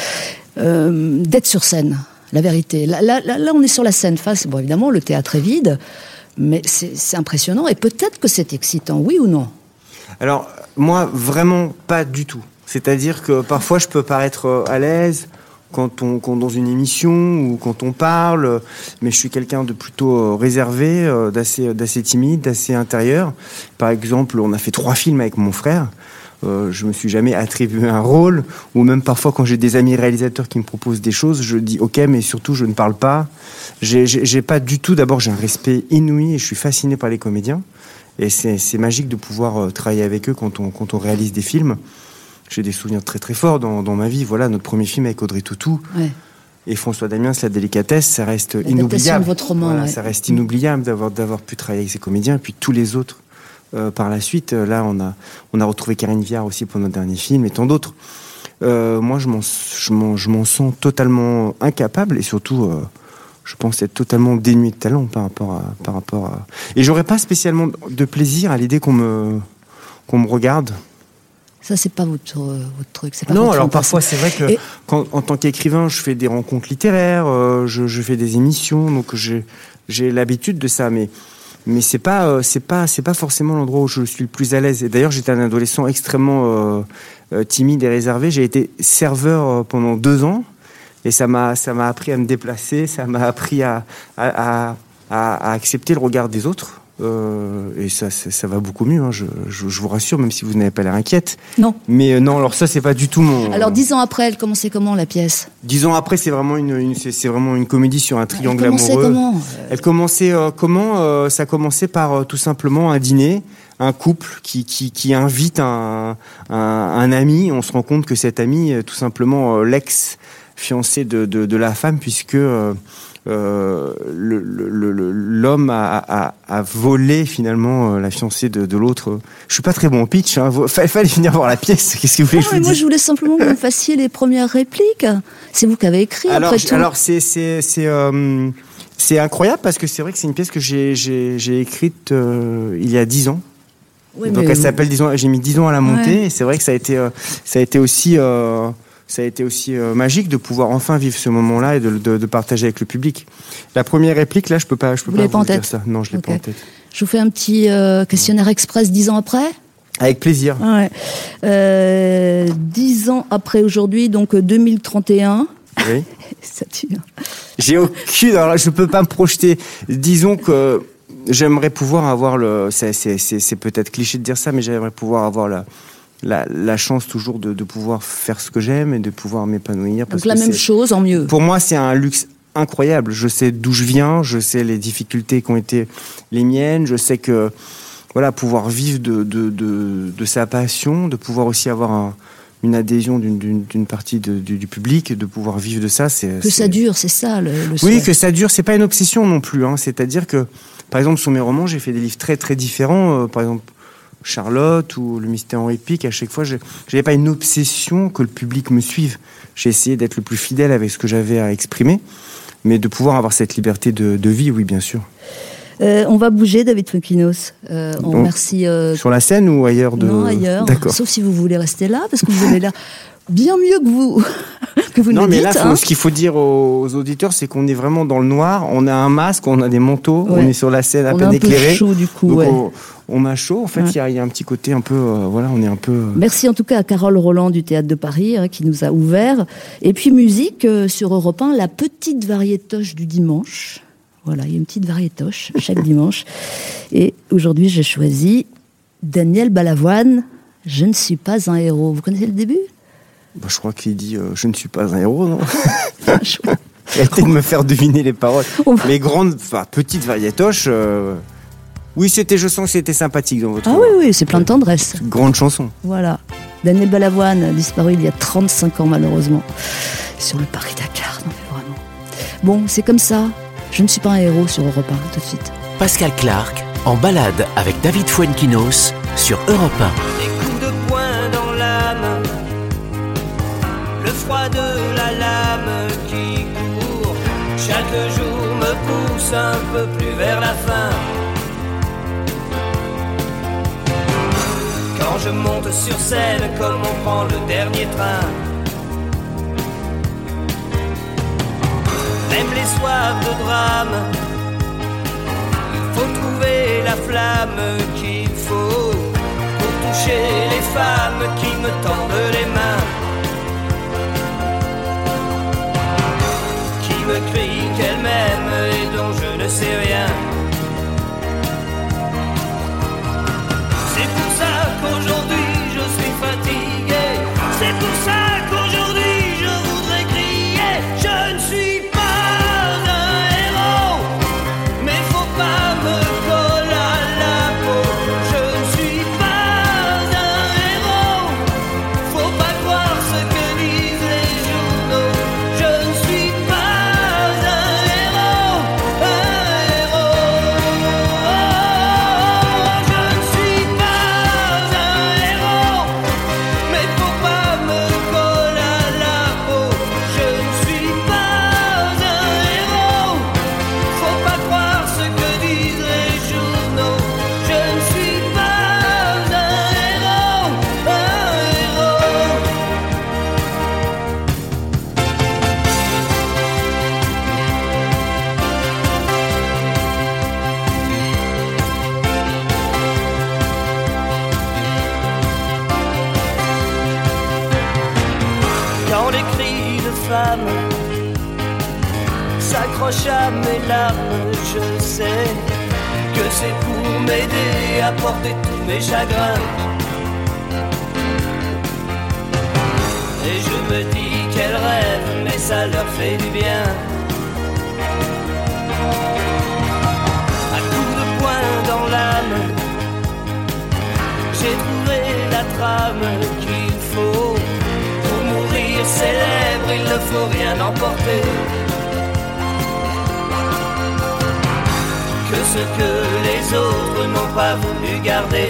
euh, d'être sur scène, la vérité. Là, là, là, là, on est sur la scène face, bon évidemment, le théâtre est vide, mais c'est, c'est impressionnant et peut-être que c'est excitant, oui ou non ? Alors, moi, vraiment pas du tout. C'est-à-dire que parfois, je peux paraître euh, à l'aise quand on, quand dans une émission ou quand on parle, mais je suis quelqu'un de plutôt euh, réservé, euh, d'assez, d'assez timide, d'assez intérieur. Par exemple, on a fait trois films avec mon frère. Euh, je me suis jamais attribué un rôle, ou même parfois quand j'ai des amis réalisateurs qui me proposent des choses, je dis ok, mais surtout je ne parle pas. J'ai, j'ai, j'ai pas du tout. D'abord, j'ai un respect inouï et je suis fasciné par les comédiens. Et c'est, c'est magique de pouvoir euh, travailler avec eux quand on, quand on réalise des films. J'ai des souvenirs très très forts dans, dans ma vie. Voilà, notre premier film avec Audrey Tautou Ouais. et François Damiens, La délicatesse, ça reste L'adaptation inoubliable. de votre roman, Voilà, ouais. ça reste inoubliable d'avoir, d'avoir pu travailler avec ces comédiens, et puis tous les autres euh, par la suite. Là, on a, on a retrouvé Karine Viard aussi pour notre dernier film et tant d'autres. Euh, moi, je m'en, je, m'en, je m'en sens totalement incapable et surtout, euh, je pense être totalement dénué de talent par rapport à, par rapport à... Et j'aurais pas spécialement de plaisir à l'idée qu'on me, qu'on me regarde. Ça, c'est pas votre, euh, votre truc. C'est pas Non, votre alors fantasme. parfois c'est vrai que Et- quand, en tant qu'écrivain, je fais des rencontres littéraires, euh, je, je fais des émissions, donc j'ai, j'ai l'habitude de ça, mais mais c'est pas euh, c'est pas c'est pas forcément l'endroit où je suis le plus à l'aise. Et d'ailleurs, j'étais un adolescent extrêmement euh, euh, timide et réservé. J'ai été serveur euh, pendant deux ans, et ça m'a ça m'a appris à me déplacer, ça m'a appris à à, à, à- à accepter le regard des autres. Euh, et ça, ça, ça va beaucoup mieux, hein, je, je, je vous rassure, même si vous n'avez pas l'air inquiète. Non. Mais euh, non, alors ça, c'est pas du tout mon... Alors, dix ans après, elle commençait comment, la pièce? Dix ans après, c'est vraiment une, une c'est, c'est vraiment une comédie sur un triangle elle commençait amoureux. Comment Elle commençait euh, comment euh, Ça commençait par euh, tout simplement un dîner, un couple qui, qui, qui invite un, un, un ami. On se rend compte que cet ami est tout simplement euh, l'ex-fiancé de, de, de la femme, puisque... Euh, Euh, le, le, le, l'homme a, a, a volé finalement la fiancée de, de l'autre. Je suis pas très bon au pitch, hein. Fallait, fallait venir voir la pièce. Qu'est-ce que vous voulez non, que je vous moi dise? je voulais simplement que vous fassiez les premières répliques. C'est vous qui avez écrit, alors, après tout. Alors c'est c'est c'est euh, c'est incroyable parce que c'est vrai que c'est une pièce que j'ai j'ai j'ai écrite euh, il y a dix ans. Oui, donc mais... elle s'appelle dix ans. J'ai mis dix ans à la monter. Ouais. Et c'est vrai que ça a été euh, ça a été aussi euh, ça a été aussi euh, magique de pouvoir enfin vivre ce moment-là et de, de, de partager avec le public. La première réplique, là, je peux pas, je peux vous pas l'avez vous pas en dire tête ça. Non, je l'ai okay. pas en tête. Je vous fais un petit euh, questionnaire express dix ans après. Avec plaisir. Ouais. Euh, dix ans après aujourd'hui, donc deux mille trente et un. Oui. Ça tue. J'ai aucune. Alors là, je peux pas me projeter. Disons que j'aimerais pouvoir avoir le. C'est, c'est, c'est, c'est peut-être cliché de dire ça, mais j'aimerais pouvoir avoir la. La, la chance toujours de, de pouvoir faire ce que j'aime et de pouvoir m'épanouir. Donc la même c'est, chose en mieux. Pour moi, c'est un luxe incroyable. Je sais d'où je viens, je sais les difficultés qui ont été les miennes, je sais que voilà, pouvoir vivre de, de, de, de sa passion, de pouvoir aussi avoir un, une adhésion d'une, d'une, d'une partie de, du, du public, de pouvoir vivre de ça. C'est, que c'est... ça dure, c'est ça le, le Oui, souhait. que ça dure, c'est pas une obsession non plus. Hein. C'est-à-dire que, par exemple, sur mes romans, j'ai fait des livres très très différents. Euh, par exemple, Charlotte ou Le Mystère Henri Pic, à chaque fois, je n'avais pas une obsession que le public me suive. J'ai essayé d'être le plus fidèle avec ce que j'avais à exprimer, mais de pouvoir avoir cette liberté de, de vie, oui, bien sûr. Euh, on va bouger, David Fuenkinos. Euh, on Donc, remercie... Euh... Sur la scène ou ailleurs de... Non, ailleurs. D'accord. Sauf si vous voulez rester là, parce que vous avez l'air bien mieux que vous, que vous non, ne mais dites. là, faut, hein. ce qu'il faut dire aux, aux auditeurs, c'est qu'on est vraiment dans le noir. On a un masque, on a des manteaux, Ouais. on est sur la scène à on peine a un éclairée. peu chaud, du coup. Donc Ouais. on, on a chaud. En fait, il ouais. y, y a un petit côté un peu... Euh, voilà, on est un peu... Euh... Merci en tout cas à Carole Roland du Théâtre de Paris, hein, qui nous a ouvert. Et puis musique, euh, sur Europe un, la petite variétoche du dimanche. Voilà, il y a une petite variétoche chaque dimanche. Et aujourd'hui, j'ai choisi Daniel Balavoine, « Je ne suis pas un héros ». Vous connaissez le début ? Bah, je crois qu'il dit euh, « Je ne suis pas un héros », non? Je... Arrêtez de me faire deviner les paroles. On... Mais grande, enfin, petite variétoche... Euh... Oui, c'était, je sens que c'était sympathique dans votre... Ah oui, oui, c'est plein de tendresse. Grande chanson. Voilà. Daniel Balavoine, disparu il y a trente-cinq ans, malheureusement. Sur le Paris-Dakar, non mais vraiment. Bon, c'est comme ça. Je ne suis pas un héros sur Europe un, tout de suite. Pascal Clark, en balade avec David Fuenkinos sur Europe un. Des coups de poing dans l'âme, le froid de la lame qui court. Chaque jour me pousse un peu plus vers la fin. Quand je monte sur scène, comme on prend le dernier train. Même les soirs de drame, il faut trouver la flamme qu'il faut pour toucher les femmes qui me tendent les mains, qui me crient qu'elles m'aiment et dont je ne sais rien. C'est pour ça qu'aujourd'hui je suis fatigué, c'est pour ça qu'aujourd'hui je voudrais crier. Je ne suis pas s'accroche à mes larmes, je sais que c'est pour m'aider à porter tous mes chagrins. Et je me dis qu'elles rêvent, mais ça leur fait du bien. À coups de poing dans l'âme, j'ai trouvé la trame qu'il faut. Pour mourir célèbre, il ne faut rien emporter que ce que les autres n'ont pas voulu garder.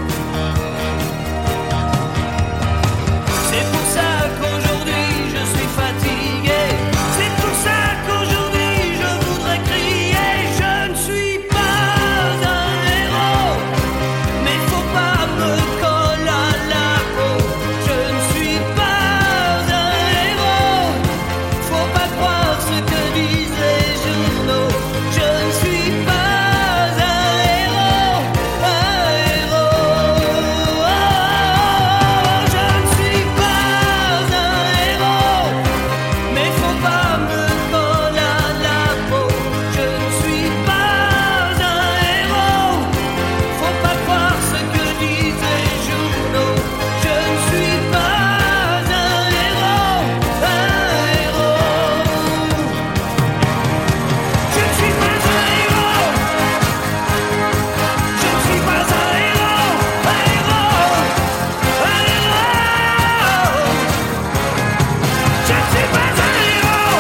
C'est pour ça qu'aujourd'hui je suis fatigué. C'est pour ça qu'aujourd'hui je voudrais crier. Je ne suis pas un héros, mais faut pas me coller à la peau. Je ne suis pas un héros, faut pas croire ce que disent les journaux. Je ne suis pas un héros, un héros. Je ne suis pas un héros, mais faut pas me coller à la peau. Je ne suis pas un héros, faut pas croire ce que disent les journaux. Je ne suis pas un héros, un héros. Je ne suis pas un héros. Je ne suis pas un héros, un héros, un héros. Je ne suis pas un héros.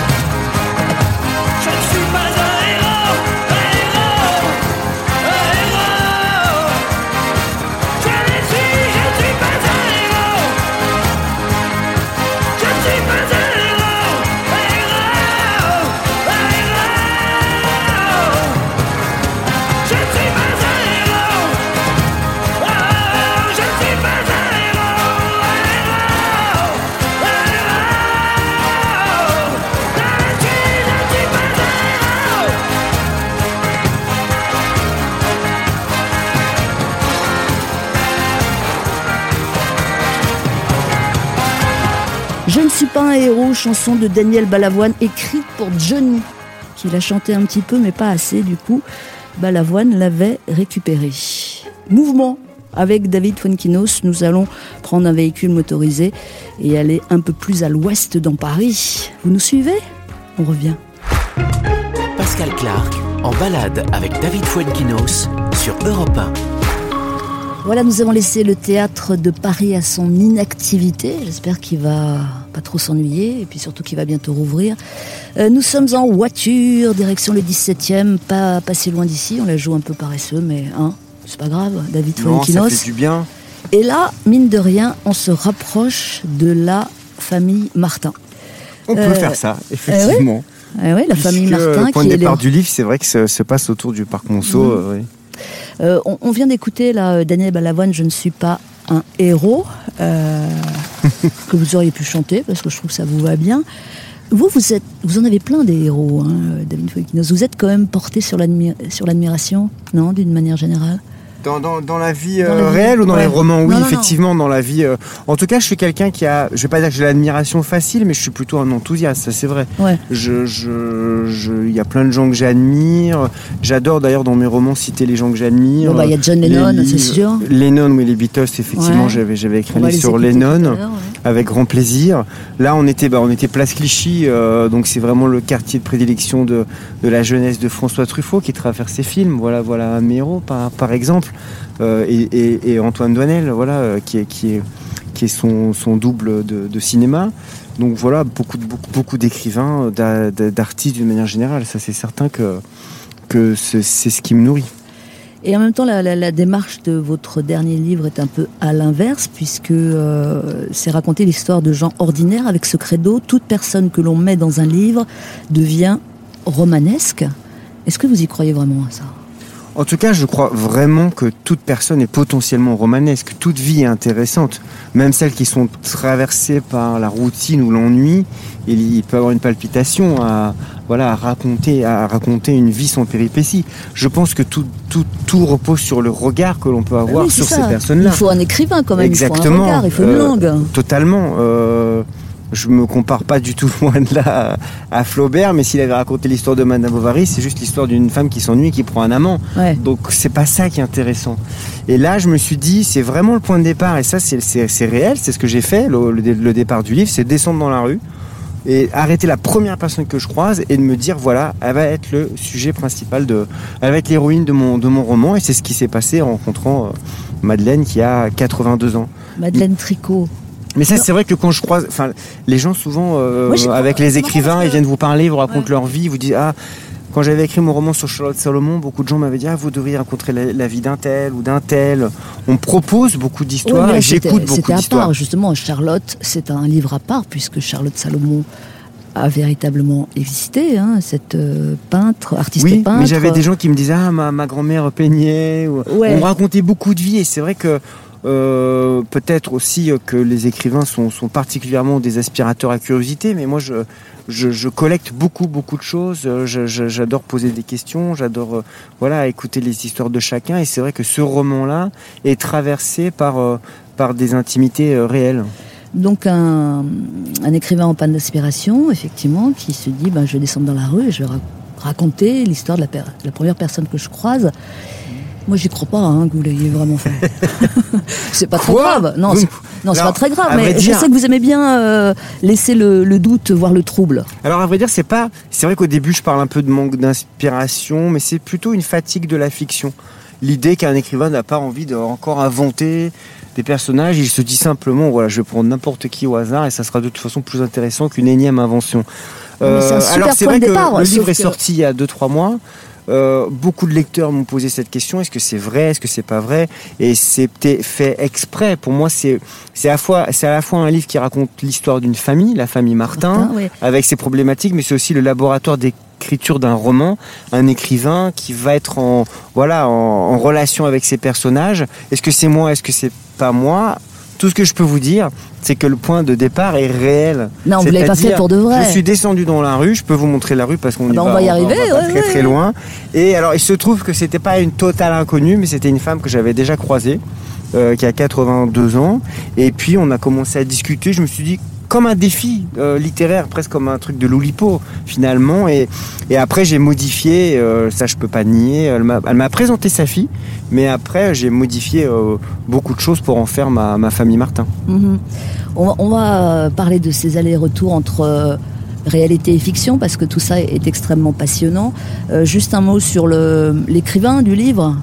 Je ne suis pas un héros, un héros, un héros. Je le suis, je ne suis pas un héros. Je ne suis pas un héros, un héros, un héros. Je ne suis pas un héros. Oh, je ne suis pas un héros, un héros, un héros. Je ne suis, je ne suis pas un héros. Je ne suis pas un héros, chanson de Daniel Balavoine, écrite pour Johnny, qui l'a chanté un petit peu, mais pas assez. Du coup, Balavoine l'avait récupérée. Mouvement avec David Fuenquinos. Nous allons prendre un véhicule motorisé et aller un peu plus à l'ouest dans Paris. Vous nous suivez ? On revient. Pascal Clark en balade avec David Fuenquinos sur Europe un. Voilà, nous avons laissé le théâtre de Paris à son inactivité. J'espère qu'il va pas trop s'ennuyer et puis surtout qu'il va bientôt rouvrir. Euh, nous sommes en voiture, direction le dix-septième, pas, pas si loin d'ici. On la joue un peu paresseux, mais hein, c'est pas grave. David Non, Fuenquinos. ça fait du bien. Et là, mine de rien, on se rapproche de la famille Martin. On peut Euh, faire ça, effectivement. Eh ouais, la famille Puisque Martin le point qui de est départ les- du livre, c'est vrai que ça se passe autour du parc Monceau. Mmh. euh, oui. Euh, on, on vient d'écouter là Daniel Balavoine, je ne suis pas un héros, euh, que vous auriez pu chanter parce que je trouve que ça vous va bien. Vous, vous êtes, vous en avez plein des héros, hein, David Fuenquinos. Vous êtes quand même porté sur l'admi- sur l'admiration, non, d'une manière générale. Dans, dans, dans la vie Dans euh, la vie, réelle ou dans ouais. les romans? Oui, Non, non, effectivement, dans la vie. euh, En tout cas, je suis quelqu'un qui a. Je vais pas dire que j'ai l'admiration facile, mais je suis plutôt un enthousiaste, ça c'est vrai. Ouais. Je, je, je, il y a plein de gens que j'admire. J'adore d'ailleurs dans mes romans citer les gens que j'admire. Bon, bah, il y a John Les Lennon, livres- c'est sûr. Lennon, oui, les Beatles, effectivement, Ouais. j'avais, j'avais écrit On un va livre les sur écouter tout à Lennon. l'heure, ouais. Avec grand plaisir. Là, on était, bah, on était place Clichy, euh, donc c'est vraiment le quartier de prédilection de, de la jeunesse de François Truffaut qui travers ses films. Voilà, voilà un de mes héros, par, par exemple. Euh, et, et, et Antoine Doinel, voilà, euh, qui est, qui est, qui est son, son double de, de cinéma. Donc voilà, beaucoup, de- beaucoup, beaucoup d'écrivains, d'a- d'a- d'artistes d'une manière générale. Ça, c'est certain que, que c'est, c'est ce qui me nourrit. Et en même temps, la, la, la démarche de votre dernier livre est un peu à l'inverse, puisque euh, c'est raconter l'histoire de gens ordinaires avec ce credo. Toute personne que l'on met dans un livre devient romanesque. Est-ce que vous y croyez vraiment à ça ? En tout cas, je crois vraiment que toute personne est potentiellement romanesque. Toute vie est intéressante. Même celles qui sont traversées par la routine ou l'ennui, il peut y avoir une palpitation à, voilà, à, raconter, à raconter une vie sans péripéties. Je pense que tout, tout, tout repose sur le regard que l'on peut avoir Oui, c'est sur ça. ces personnes-là. Il faut un écrivain quand même, Exactement. il faut un regard, il faut une Euh, langue. Totalement. Euh, je me compare pas du tout loin de là à, à Flaubert, mais s'il avait raconté l'histoire de Madame Bovary, c'est juste l'histoire d'une femme qui s'ennuie et qui prend un amant. Ouais. Donc c'est pas ça qui est intéressant. Et là, je me suis dit, c'est vraiment le point de départ, et ça, c'est, c'est, c'est réel, c'est ce que j'ai fait, le, le, le départ du livre, c'est descendre dans la rue et arrêter la première personne que je croise et de me dire, voilà, elle va être le sujet principal, de, elle va être l'héroïne de mon, de mon roman, et c'est ce qui s'est passé en rencontrant euh, Madeleine qui a quatre-vingt-deux ans. Madeleine Tricot. Mais ça, c'est vrai que quand je croise, enfin, les gens souvent, euh, Moi, avec les écrivains, ils viennent vous parler, ils vous racontent Ouais. leur vie, ils vous disent, ah, quand j'avais écrit mon roman sur Charlotte Salomon, beaucoup de gens m'avaient dit, ah, vous devriez rencontrer la, la vie d'un tel ou d'un tel. On me propose beaucoup d'histoires, Ouais, mais là, et j'écoute c'était- beaucoup C'était à d'histoires. part, justement. Charlotte, c'est un livre à part, puisque Charlotte Salomon a véritablement existé, hein, cette euh, peintre, artiste Oui, peintre. mais j'avais des gens qui me disaient, ah, ma, ma grand-mère peignait. Ou... Ouais. On me racontait beaucoup de vie, et c'est vrai que euh, peut-être aussi que les écrivains sont, sont particulièrement des aspirateurs à curiosité, mais moi, je, je, je collecte beaucoup, beaucoup de choses. Je, je, j'adore poser des questions, j'adore euh, voilà, écouter les histoires de chacun, et c'est vrai que ce roman-là est traversé par, euh, par des intimités euh, réelles. Donc un, un écrivain en panne d'inspiration, effectivement, qui se dit, ben, je vais descendre dans la rue et je vais ra- raconter l'histoire de la, per- de la première personne que je croise. Moi, j'y crois pas, hein, que vous l'ayez vraiment fait. C'est pas très Quoi grave. Non, Vous- c'est, non, c'est Alors, pas très grave. à vrai Mais je dire- sais que vous aimez bien euh, laisser le, le doute, voire le trouble. Alors à vrai dire, c'est pas. C'est vrai qu'au début, je parle un peu de manque d'inspiration, mais c'est plutôt une fatigue de la fiction. L'idée qu'un écrivain n'a pas envie de encore inventer des personnages, il se dit simplement, voilà, je vais prendre n'importe qui au hasard et ça sera de toute façon plus intéressant qu'une énième invention. Mais c'est un super alors c'est point vrai de que départ, le sauf livre est que- sorti il y a deux trois mois. Euh, beaucoup de lecteurs m'ont posé cette question, est-ce que c'est vrai, est-ce que c'est pas vrai, et c'était fait exprès. Pour moi, c'est c'est à la fois c'est à la fois un livre qui raconte l'histoire d'une famille, la famille Martin, Martin, oui. avec ses problématiques, mais c'est aussi le laboratoire d'écriture d'un roman, un écrivain qui va être en voilà en, en relation avec ses personnages. Est-ce que c'est moi, est-ce que c'est pas moi? Tout ce que je peux vous dire, c'est que le point de départ est réel. Non, vous l'avez pas fait C'est-à-dire, pour de vrai. Je suis descendu dans la rue, je peux vous montrer la rue parce qu'on Ah y bah, va, on va y arriver, on va pas ouais, très ouais, très ouais. loin. Et alors, il se trouve que c'était pas une totale inconnue, mais c'était une femme que j'avais déjà croisée, euh, qui a quatre-vingt-deux ans. Et puis, on a commencé à discuter. Je me suis dit, comme un défi euh, littéraire, presque comme un truc de l'Oulipo, finalement. Et, et après, j'ai modifié, euh, ça je peux pas nier. Elle m'a, elle m'a présenté sa fille, mais après, j'ai modifié euh, beaucoup de choses pour en faire ma, ma famille Martin. Mhm. On, va, on va parler de ces allers-retours entre euh, réalité et fiction, parce que tout ça est extrêmement passionnant. Euh, juste un mot sur le, l'écrivain du livre,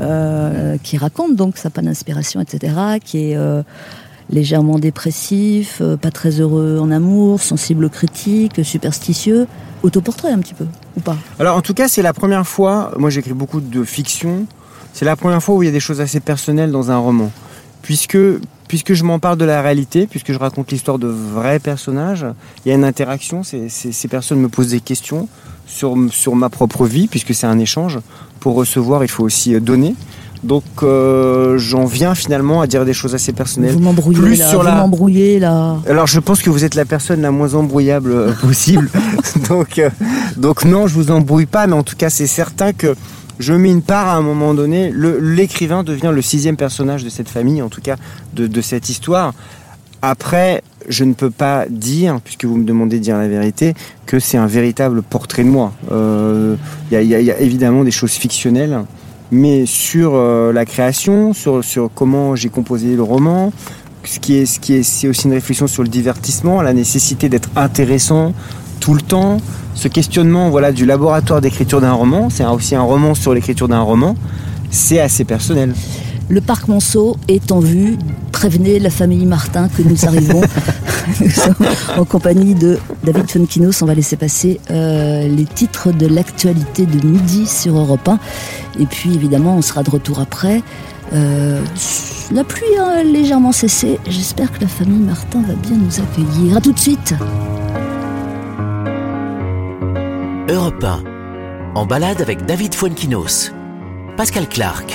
euh, qui raconte donc sa panne d'inspiration, et cetera, qui est euh, légèrement dépressif, euh, pas très heureux en amour, sensible aux critiques, superstitieux. Autoportrait un petit peu, ou pas? Alors en tout cas, c'est la première fois, moi j'écris beaucoup de fiction, c'est la première fois où il y a des choses assez personnelles dans un roman. Puisque, puisque je m'empare de la réalité, puisque je raconte l'histoire de vrais personnages, il y a une interaction, c'est, c'est, ces personnes me posent des questions sur, sur ma propre vie, puisque c'est un échange. Pour recevoir, il faut aussi donner. Donc euh, j'en viens finalement à dire des choses assez personnelles. Vous m'embrouillez Plus là, sur vous la- m'embrouillez là. Alors je pense que vous êtes la personne la moins embrouillable euh, possible. donc, euh, donc non, je vous embrouille pas, mais en tout cas c'est certain que je mets une part à un moment donné. Le, l'écrivain devient le sixième personnage de cette famille, en tout cas de, de cette histoire. Après, je ne peux pas dire, puisque vous me demandez de dire la vérité, que c'est un véritable portrait de moi. Il euh, y, a, y, a, y a évidemment des choses fictionnelles, mais sur euh, la création, sur, sur comment j'ai composé le roman, ce qui est, ce qui est, c'est aussi une réflexion sur le divertissement, la nécessité d'être intéressant tout le temps, ce questionnement voilà, du laboratoire d'écriture d'un roman, c'est aussi un roman sur l'écriture d'un roman, c'est assez personnel. Le parc Monceau est en vue. Prévenez la famille Martin que nous arrivons. Nous sommes en compagnie de David Fonkinos. On va laisser passer euh, les titres de l'actualité de midi sur Europe un. Et puis évidemment, on sera de retour après. Euh, la pluie a légèrement cessé. J'espère que la famille Martin va bien nous accueillir. A tout de suite. Europe un, en balade avec David Fuenquinos. Pascal Clark.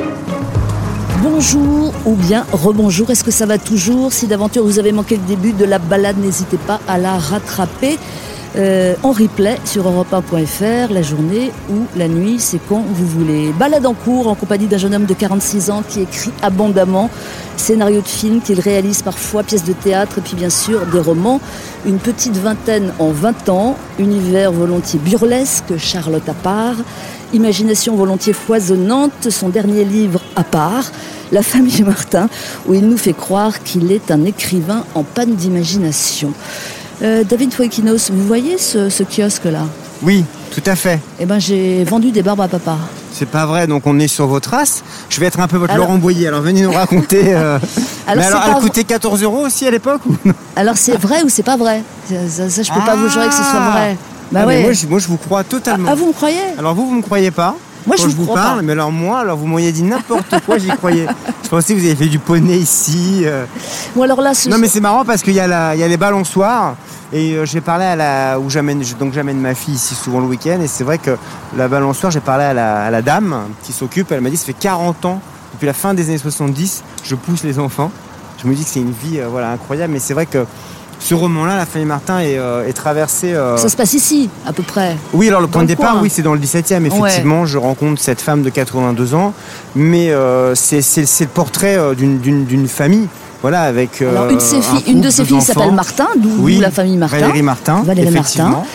Bonjour ou bien rebonjour, est-ce que ça va toujours? Si d'aventure vous avez manqué le début de la balade, n'hésitez pas à la rattraper. Euh, en replay sur europe un point f r, la journée ou la nuit, c'est quand vous voulez. Balade en cours en compagnie d'un jeune homme de quarante-six ans qui écrit abondamment, scénario de film qu'il réalise parfois, pièces de théâtre et puis bien sûr des romans. Une petite vingtaine en vingt ans, univers volontiers burlesque, Charlotte à part, imagination volontiers foisonnante, son dernier livre à part, La famille Martin, où il nous fait croire qu'il est un écrivain en panne d'imagination. Euh, David Fuenquinos, vous voyez ce, ce kiosque-là ? Oui, tout à fait. Eh ben, j'ai vendu des barbes à papa. C'est pas vrai, donc on est sur vos traces. Je vais être un peu votre Alors... Laurent Boyer, alors venez nous raconter. Euh... Alors, Mais alors, pas... elle coûtait quatorze euros aussi à l'époque ou... Alors c'est vrai ou c'est pas vrai ? Ça, ça je peux ah pas vous jurer que ce soit vrai. Bah ah, ouais. moi, je, moi je vous crois totalement. Ah, vous me croyez ? Alors vous, vous me croyez pas ? Moi, Quand je je vous, vous parle, pas. mais alors moi, alors vous m'auriez dit n'importe quoi, j'y croyais. Je pensais que vous avez fait du poney ici. Euh... Bon, alors là, ce... Non, mais c'est marrant parce qu'il y a la, il y a les balançoires et euh, j'ai parlé à la, où j'amène, donc j'amène ma fille ici souvent le week-end et c'est vrai que la balançoire, j'ai parlé à la, à la dame qui s'occupe. Elle m'a dit, ça fait quarante ans, depuis la fin des années soixante-dix, je pousse les enfants. Je me dis que c'est une vie, euh, voilà, incroyable, mais c'est vrai que ce roman-là, La famille Martin, est, euh, est traversé... Euh... Ça se passe ici, à peu près. Oui, alors le point de départ, coin. oui, c'est dans le dix-septième. Effectivement, ouais. Je rencontre cette femme de quatre-vingt-deux ans, mais euh, c'est, c'est, c'est le portrait euh, d'une, d'une, d'une famille, voilà, avec euh, alors, une, de ses filles, une de ses filles s'appelle Martin, d'où oui, la famille Martin. Valérie Martin, Valérie effectivement. Martin,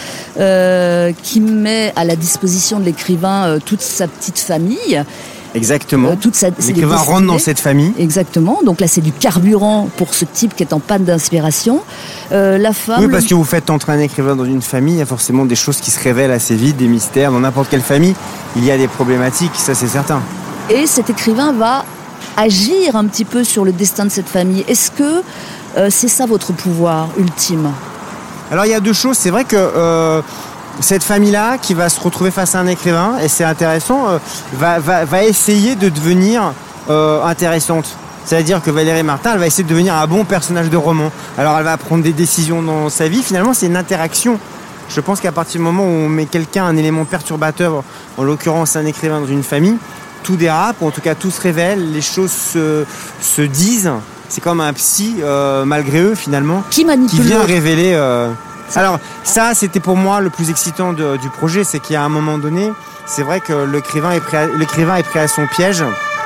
euh, qui met à la disposition de l'écrivain euh, toute sa petite famille. Exactement. Euh, toute sa, l'écrivain rentre dans cette famille. Exactement. Donc là, c'est du carburant pour ce type qui est en panne d'inspiration. Euh, la femme. Oui, parce que vous faites entrer un écrivain dans une famille, il y a forcément des choses qui se révèlent assez vite, des mystères. Dans n'importe quelle famille, il y a des problématiques, ça c'est certain. Et cet écrivain va agir un petit peu sur le destin de cette famille. Est-ce que euh, c'est ça votre pouvoir ultime ? Alors il y a deux choses. C'est vrai que. Euh, Cette famille-là, qui va se retrouver face à un écrivain, et c'est intéressant, euh, va, va, va essayer de devenir euh, intéressante. C'est-à-dire que Valérie Martin, elle va essayer de devenir un bon personnage de roman. Alors elle va prendre des décisions dans sa vie. Finalement, c'est une interaction. Je pense qu'à partir du moment où on met quelqu'un, un élément perturbateur, en l'occurrence un écrivain dans une famille, tout dérape, ou en tout cas tout se révèle, les choses se, se disent. C'est comme un psy, euh, malgré eux finalement, qui, qui vient révéler... Euh, Alors ça, c'était pour moi le plus excitant de, du projet, c'est qu'à un moment donné, c'est vrai que l'écrivain est, pris à, l'écrivain est pris à son piège.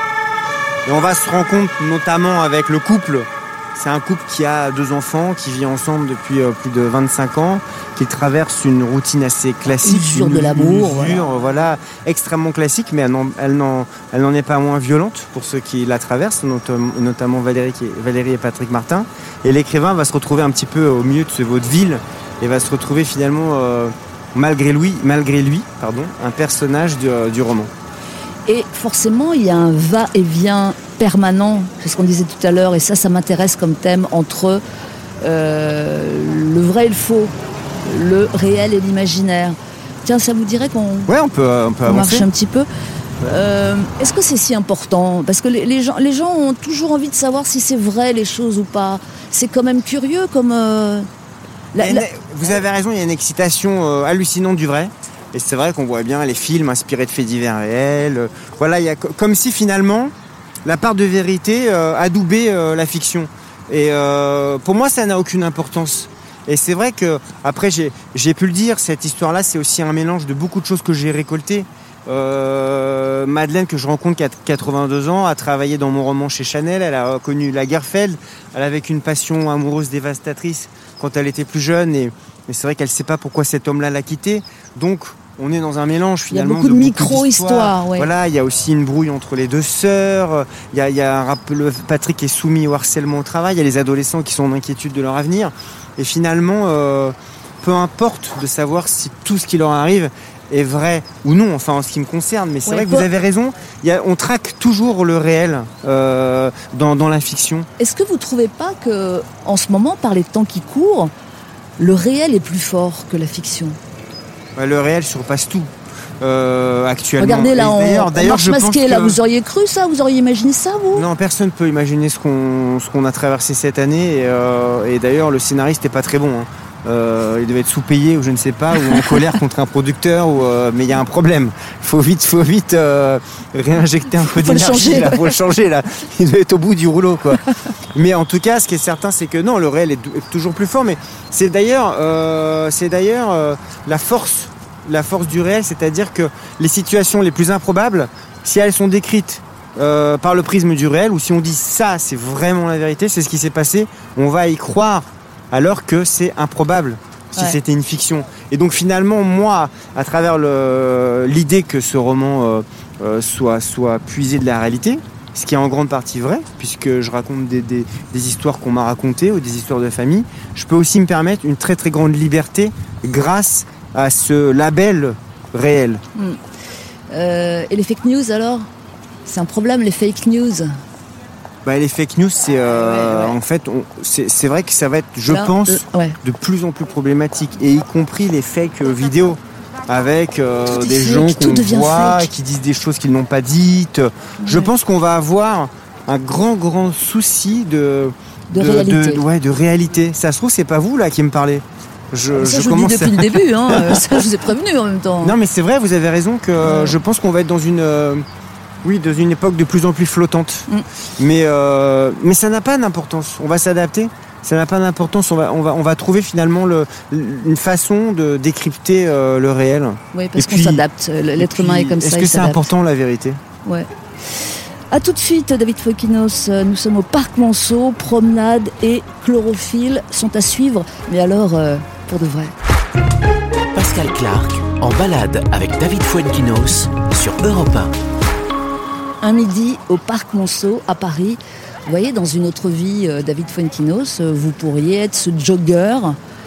Et on va se rendre compte, notamment avec le couple, c'est un couple qui a deux enfants, qui vit ensemble depuis euh, plus de vingt-cinq ans, qui traverse une routine assez classique. Usure de l'amour. Une usure, voilà. voilà, extrêmement classique, mais elle n'en, elle, n'en, elle n'en est pas moins violente pour ceux qui la traversent, notamment Valérie, qui est, Valérie et Patrick Martin. Et l'écrivain va se retrouver un petit peu au milieu de ce vaudeville, et va se retrouver finalement, euh, malgré lui, malgré lui pardon, un personnage du, euh, du roman. Et forcément, il y a un va-et-vient permanent, c'est ce qu'on disait tout à l'heure, et ça, ça m'intéresse comme thème, entre euh, le vrai et le faux, le réel et l'imaginaire. Tiens, ça vous dirait qu'on, ouais, on peut, on peut on avancer. marche un petit peu. Euh, est-ce que c'est si important ? Parce que les, les, gens, les gens ont toujours envie de savoir si c'est vrai les choses ou pas. C'est quand même curieux comme... Euh, La, la... Vous avez raison, il y a une excitation euh, hallucinante du vrai. Et c'est vrai qu'on voit bien les films inspirés de faits divers réels. Euh, voilà, il y a comme si finalement la part de vérité euh, adoubait euh, la fiction. Et euh, pour moi, ça n'a aucune importance. Et c'est vrai que après, j'ai, j'ai pu le dire, cette histoire-là, c'est aussi un mélange de beaucoup de choses que j'ai récoltées. Euh, Madeleine, que je rencontre, qui a quatre-vingt-deux ans, a travaillé dans mon roman chez Chanel. Elle a connu Lagerfeld. Elle avait une passion amoureuse dévastatrice quand elle était plus jeune. Et, et c'est vrai qu'elle ne sait pas pourquoi cet homme-là l'a quittée. Donc, on est dans un mélange finalement. Il y a beaucoup de, de micro-histoires. Ouais. Voilà, il y a aussi une brouille entre les deux sœurs. Il y a, il y a un, le, Patrick est soumis au harcèlement au travail. Il y a les adolescents qui sont en inquiétude de leur avenir. Et finalement, euh, peu importe de savoir si tout ce qui leur arrive est vrai ou non, enfin en ce qui me concerne, mais c'est ouais, vrai que vous avez raison, il y a, on traque toujours le réel euh, dans, dans la fiction. Est-ce que vous ne trouvez pas que, en ce moment, par les temps qui courent, le réel est plus fort que la fiction ? Le réel surpasse tout. Euh, actuellement. Regardez là, on, d'ailleurs, d'ailleurs, on marche masqué, là, que... vous auriez cru ça ? Vous auriez imaginé ça, vous ? Non, personne ne peut imaginer ce qu'on, ce qu'on a traversé cette année, et, euh, et d'ailleurs, le scénariste n'est pas très bon. Hein. Euh, il devait être sous-payé ou je ne sais pas, ou en colère contre un producteur, ou, euh, mais il y a un problème. Faut vite, faut vite euh, réinjecter un peu Faut le d'énergie. changer. Là, faut le changer là. Il doit être au bout du rouleau, quoi. Mais en tout cas, ce qui est certain, c'est que non, le réel est, est toujours plus fort. Mais c'est d'ailleurs, euh, c'est d'ailleurs euh, la force, la force du réel, c'est-à-dire que les situations les plus improbables, si elles sont décrites euh, par le prisme du réel, ou si on dit ça, c'est vraiment la vérité, c'est ce qui s'est passé, on va y croire. Alors que c'est improbable si Ouais. c'était une fiction. Et donc finalement, moi, à travers le, l'idée que ce roman euh, euh, soit, soit puisé de la réalité, ce qui est en grande partie vrai, puisque je raconte des, des, des histoires qu'on m'a racontées ou des histoires de famille, je peux aussi me permettre une très très grande liberté grâce à ce label réel. Euh, et les fake news alors? C'est un problème, les fake news. Bah, les fake news, c'est euh, Ouais, ouais. en fait, on, c'est, c'est vrai que ça va être, je Là, pense, euh, ouais. de plus en plus problématique, et y compris les fake euh, vidéos, avec euh, Tout est des fake, gens tout qu'on devient voit, fake. qui disent des choses qu'ils n'ont pas dites. Je Ouais. pense qu'on va avoir un grand, grand souci de De réalité. ouais, de réalité. Ça se trouve, c'est pas vous là qui me parlez. Je, Ça, je je vous le commence dis depuis à- le début, hein. euh, ça, je vous ai prévenu en même temps. Non, mais c'est vrai, vous avez raison que euh, je pense qu'on va être dans une, euh, oui, dans une époque de plus en plus flottante. Mm. Mais, euh, mais ça n'a pas d'importance. On va s'adapter. Ça n'a pas d'importance. On va, on va, on va trouver finalement le, une façon de décrypter euh, le réel. Oui, parce Et qu'on puis- s'adapte. L'être Et humain puis, est comme ça. Est-ce il que c'est s'adapte. important la vérité? Ouais. A tout de suite, David Fokinos. Nous sommes au Parc Monceau. Promenade et chlorophylle sont à suivre. Mais alors, euh, pour de vrai. Pascal Clark en balade avec David Fuenquinos sur Europe un. Un midi au Parc Monceau à Paris. Vous voyez, dans une autre vie, euh, David Fuenquinos, euh, vous pourriez être ce jogger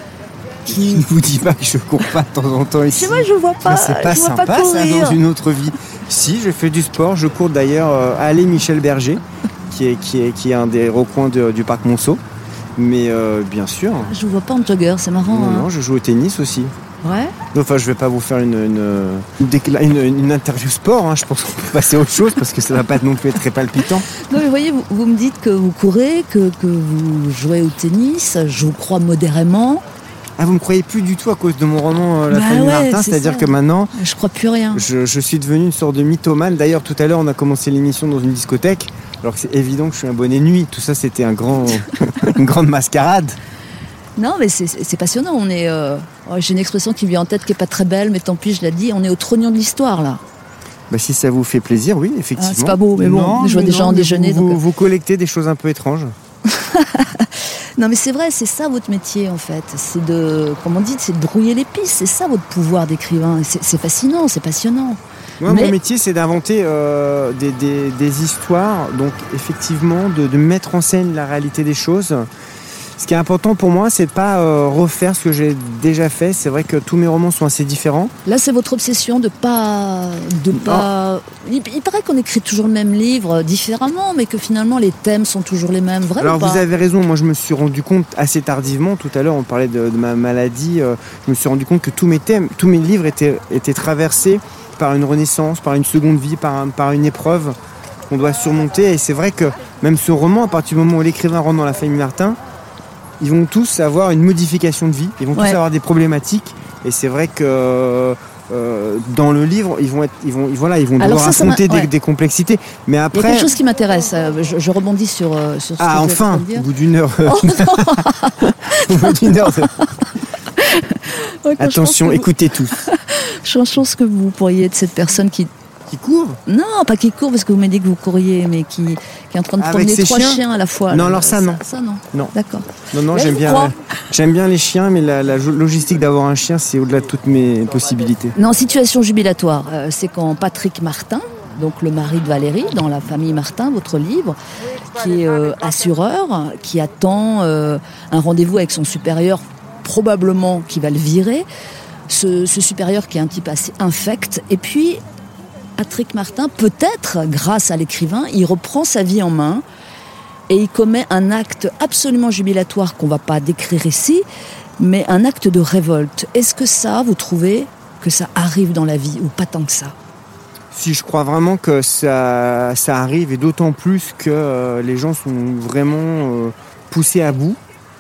Je qui. ne vous dis pas que je cours pas de temps en temps ici. C'est vrai, je vois pas. Mais c'est pas je vois sympa pas ça courir. dans une autre vie. Si, je fais du sport. Je cours d'ailleurs euh, à Allée Michel Berger, qui est, qui est, qui est un des recoins de- du Parc Monceau. Mais euh, bien sûr. Je vous vois pas en jogger, c'est marrant. Non, hein. non, je joue au tennis aussi. Ouais. Enfin, je vais pas vous faire une, une, une, décla- une- une interview sport. hein. Je pense qu'on peut passer à autre chose parce que ça va pas non plus être très palpitant. Non, mais vous voyez, vous, vous me dites que vous courez, que, que vous jouez au tennis. Je vous crois modérément. Ah, vous me croyez plus du tout à cause de mon roman euh, La Bah famille ouais, Martin. c'est C'est-à-dire ça. que maintenant, Je crois plus rien. je, je suis devenu une sorte de mythomane. D'ailleurs, tout à l'heure, on a commencé l'émission dans une discothèque. Alors que c'est évident que je suis un bonnet nuit. Tout ça, c'était un grand, une grande mascarade. Non, mais c'est- c'est c'est passionnant. On est. euh, oh, j'ai une expression qui me vient en tête qui est pas très belle, mais tant pis, je la dis. On est au trognon de l'histoire là. Bah, si ça vous fait plaisir, oui, effectivement. Ah, c'est pas beau, mais bon, Non, je vois mais des gens non, en mais déjeuner, Vous, donc, euh. vous, vous collectez des choses un peu étranges. Non, mais c'est vrai, c'est ça votre métier en fait. C'est de, comme on dit, c'est de brouiller les pistes. C'est ça votre pouvoir d'écrivain. Et C'est c'est fascinant, c'est passionnant. Moi, Mais- mon métier, c'est d'inventer euh, des, des- des histoires, donc effectivement, de, de mettre en scène la réalité des choses. Ce qui est important pour moi, c'est de pas euh, refaire ce que j'ai déjà fait. C'est vrai que tous mes romans sont assez différents. Là, c'est votre obsession de pas, de pas. Il, il paraît qu'on écrit toujours le même livre différemment, mais que finalement les thèmes sont toujours les mêmes. Vrai Alors ou pas vous avez raison, moi je me suis rendu compte assez tardivement, tout à l'heure on parlait de, de ma maladie, euh, je me suis rendu compte que tous mes thèmes, tous mes livres étaient, étaient traversés par une renaissance, par une seconde vie, par, un- par une épreuve qu'on doit surmonter. Et c'est vrai que même ce roman, à partir du moment où l'écrivain rentre dans la famille Martin, ils vont tous avoir une modification de vie, ils vont Ouais. tous avoir des problématiques. Et c'est vrai que euh, dans le livre, ils vont, être, ils vont, voilà, ils vont Alors devoir ça, ça affronter m'a- des, ouais. des complexixités. Mais Il y a après, quelque chose qui m'intéresse. euh, Je, je rebondis sur, euh, sur ce ah que vous êtes en enfin, train de dire. au bout d'une heure, Oh, non. au bout d'une heure de- Ouais, quand je pense Attention, que vous- écoutez tous. Je pense que vous pourriez être cette personne qui. Qui court Non, pas qui court, parce que vous m'avez dit que vous courriez, mais qui, qui est en train de Avec promener ses trois chiens chiens à la fois. Non, là. alors ça, non. Ça, non. Non. D'accord. Non, non, Mais j'aime je bien, crois. j'aime bien les chiens, mais la, la logistique d'avoir un chien, c'est au-delà de toutes mes possibilités. Non, situation jubilatoire. Euh, c'est quand Patrick Martin, donc le mari de Valérie, dans La famille Martin, votre livre, qui est euh, assureur, qui attend euh, un rendez-vous avec son supérieur, probablement qui va le virer. Ce, ce supérieur qui est un type assez infect. Et puis, Patrick Martin, peut-être, grâce à l'écrivain, il reprend sa vie en main et il commet un acte absolument jubilatoire qu'on ne va pas décrire ici, mais un acte de révolte. Est-ce que ça, vous trouvez que ça arrive dans la vie ou pas tant que ça? Si je crois vraiment que ça, ça arrive, et d'autant plus que euh, les gens sont vraiment euh, poussés à bout.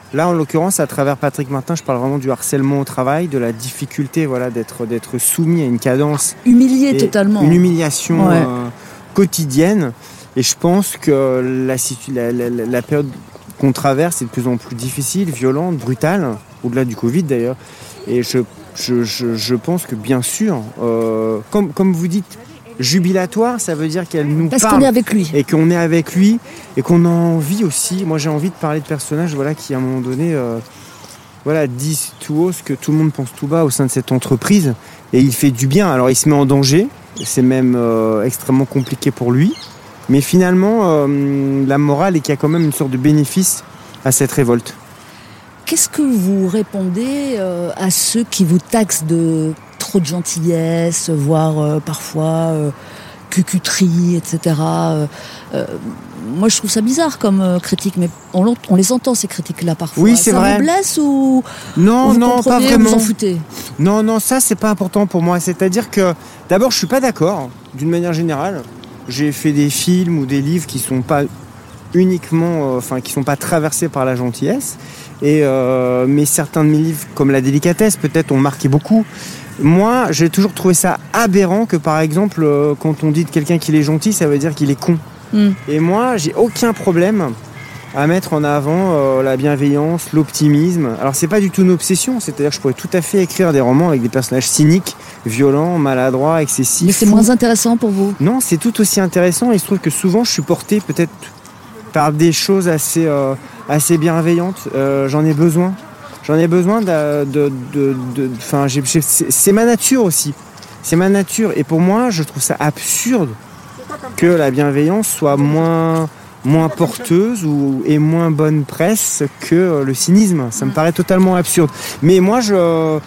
Là, en l'occurrence, à travers Patrick Martin, je parle vraiment du harcèlement au travail, de la difficulté voilà, d'être, d'être soumis à une cadence. Humilié totalement. Une humiliation ouais. euh, quotidienne. Et je pense que la, la, la, la période qu'on traverse est de plus en plus difficile, violente, brutale, au-delà du Covid d'ailleurs. Et je, je, je, je pense que bien sûr, euh, comme, comme vous dites, jubilatoire, ça veut dire qu'elle nous Parce parle. qu'on est avec lui. Et qu'on est avec lui et qu'on a envie aussi. Moi, j'ai envie de parler de personnages voilà, qui, à un moment donné, euh, voilà, disent tout haut ce que tout le monde pense tout bas au sein de cette entreprise. Et il fait du bien. Alors, il se met en danger. C'est même euh, extrêmement compliqué pour lui. Mais finalement, euh, la morale est qu'il y a quand même une sorte de bénéfice à cette révolte. Qu'est-ce que vous répondez euh, à ceux qui vous taxent de trop de gentillesse, voire euh, parfois euh, cucuterie, et cetera. Euh, euh, moi, je trouve ça bizarre comme euh, critique, mais on, on les entend ces critiques-là parfois. Oui, c'est ça vrai. vous blesse ou non, ou vous non, pas vous vraiment. Vous en foutez? Non, non, ça c'est pas important pour moi. C'est-à-dire que d'abord, je suis pas d'accord. D'une manière générale, j'ai fait des films ou des livres qui sont pas uniquement, enfin, euh, qui sont pas traversés par la gentillesse. Et euh, mais certains de mes livres, comme La délicatesse, peut-être, ont marqué beaucoup. Moi, j'ai toujours trouvé ça aberrant que, par exemple, euh, quand on dit de quelqu'un qu'il est gentil, ça veut dire qu'il est con. Mm. Et moi, j'ai aucun problème à mettre en avant euh, la bienveillance, l'optimisme. Alors, c'est pas du tout une obsession, c'est-à-dire que je pourrais tout à fait écrire des romans avec des personnages cyniques, violents, maladroits, excessifs. Mais c'est fous. moins intéressant pour vous? Non, c'est tout aussi intéressant. Et il se trouve que souvent, je suis porté peut-être par des choses assez, euh, assez bienveillantes. Euh, j'en ai besoin. J'en ai besoin de... de, de, de enfin, j'ai, j'ai, c'est, c'est ma nature aussi. C'est ma nature. Et pour moi, je trouve ça absurde que la bienveillance soit moins, moins porteuse ou, et moins bonne presse que le cynisme. Ça me paraît totalement absurde. Mais moi, je,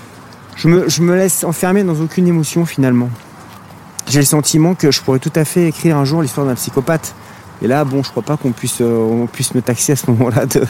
je, me, je me laisse enfermer dans aucune émotion, finalement. J'ai le sentiment que je pourrais tout à fait écrire un jour l'histoire d'un psychopathe. Et là, bon, je crois pas qu'on puisse, euh, on puisse me taxer à ce moment-là de,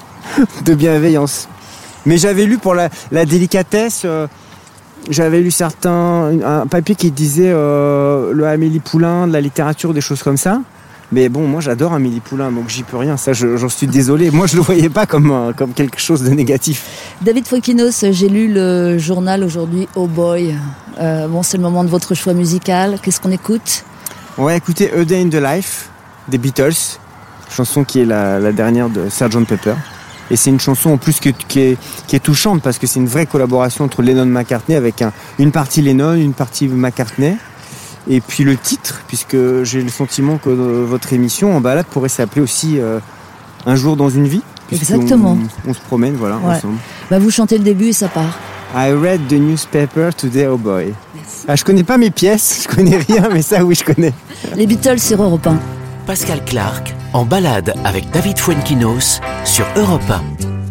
de bienveillance. Mais j'avais lu pour la, la délicatesse, euh, j'avais lu certains, un papier qui disait euh, le Amélie Poulain, de la littérature, des choses comme ça. Mais bon, moi j'adore Amélie Poulain, donc j'y peux rien, ça je, j'en suis désolé. Moi je le voyais pas comme, euh, comme quelque chose de négatif. David Foikinos, j'ai lu le journal aujourd'hui, Oh Boy. Euh, bon, c'est le moment de votre choix musical. Qu'est-ce qu'on écoute? On va écouter A Day in the Life des Beatles, chanson qui est la, la dernière de sergent Pepper. Et c'est une chanson en plus qui est, qui, est, qui est touchante parce que c'est une vraie collaboration entre Lennon et McCartney avec un, une partie Lennon, une partie McCartney. Et puis le titre, puisque j'ai le sentiment que euh, votre émission en balade pourrait s'appeler aussi euh, Un jour dans une vie. Exactement. On, on se promène, voilà, ouais. ensemble. Bah vous chantez le début et ça part. I read the newspaper today, oh boy. Ah, je connais pas mes pièces, je connais rien, mais ça oui, je connais. Les Beatles sur Europe un. Pascal Clark en balade avec David Fuenquinos sur Europe un.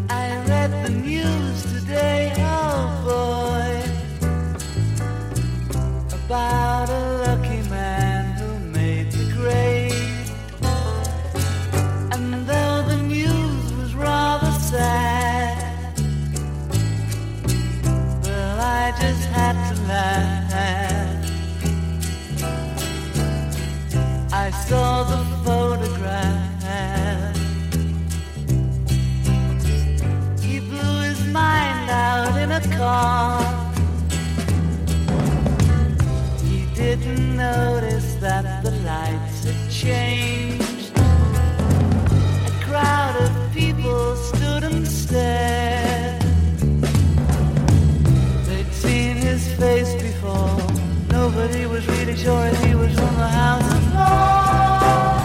I saw the photograph. He blew his mind out in a car. He didn't notice that the lights had changed. A crowd of people stood and stared. They'd seen his face before. Nobody was really sure if he was from the House of Lords.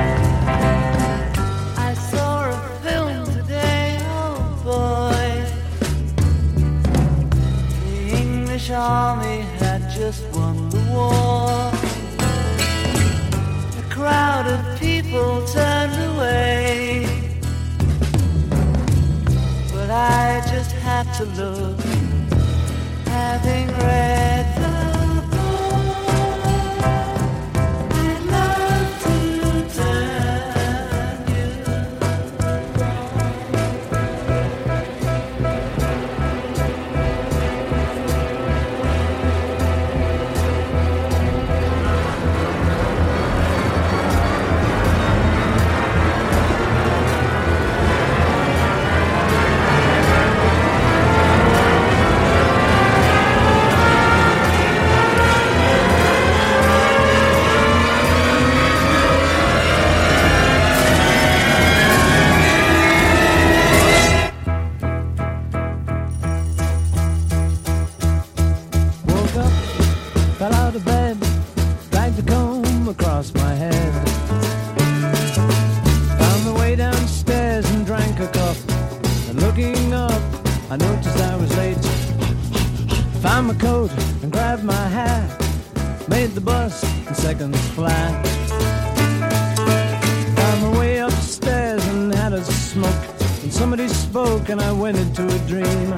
I saw a film today, oh boy. The English army had just won the war. A crowd of people turned away, but I just had to look, having read the lost my head. Found my way downstairs and drank a cup. And looking up, I noticed I was late. Found my coat and grabbed my hat. Made the bus in seconds flat. Found my way upstairs and had a smoke. And somebody spoke and I went into a dream.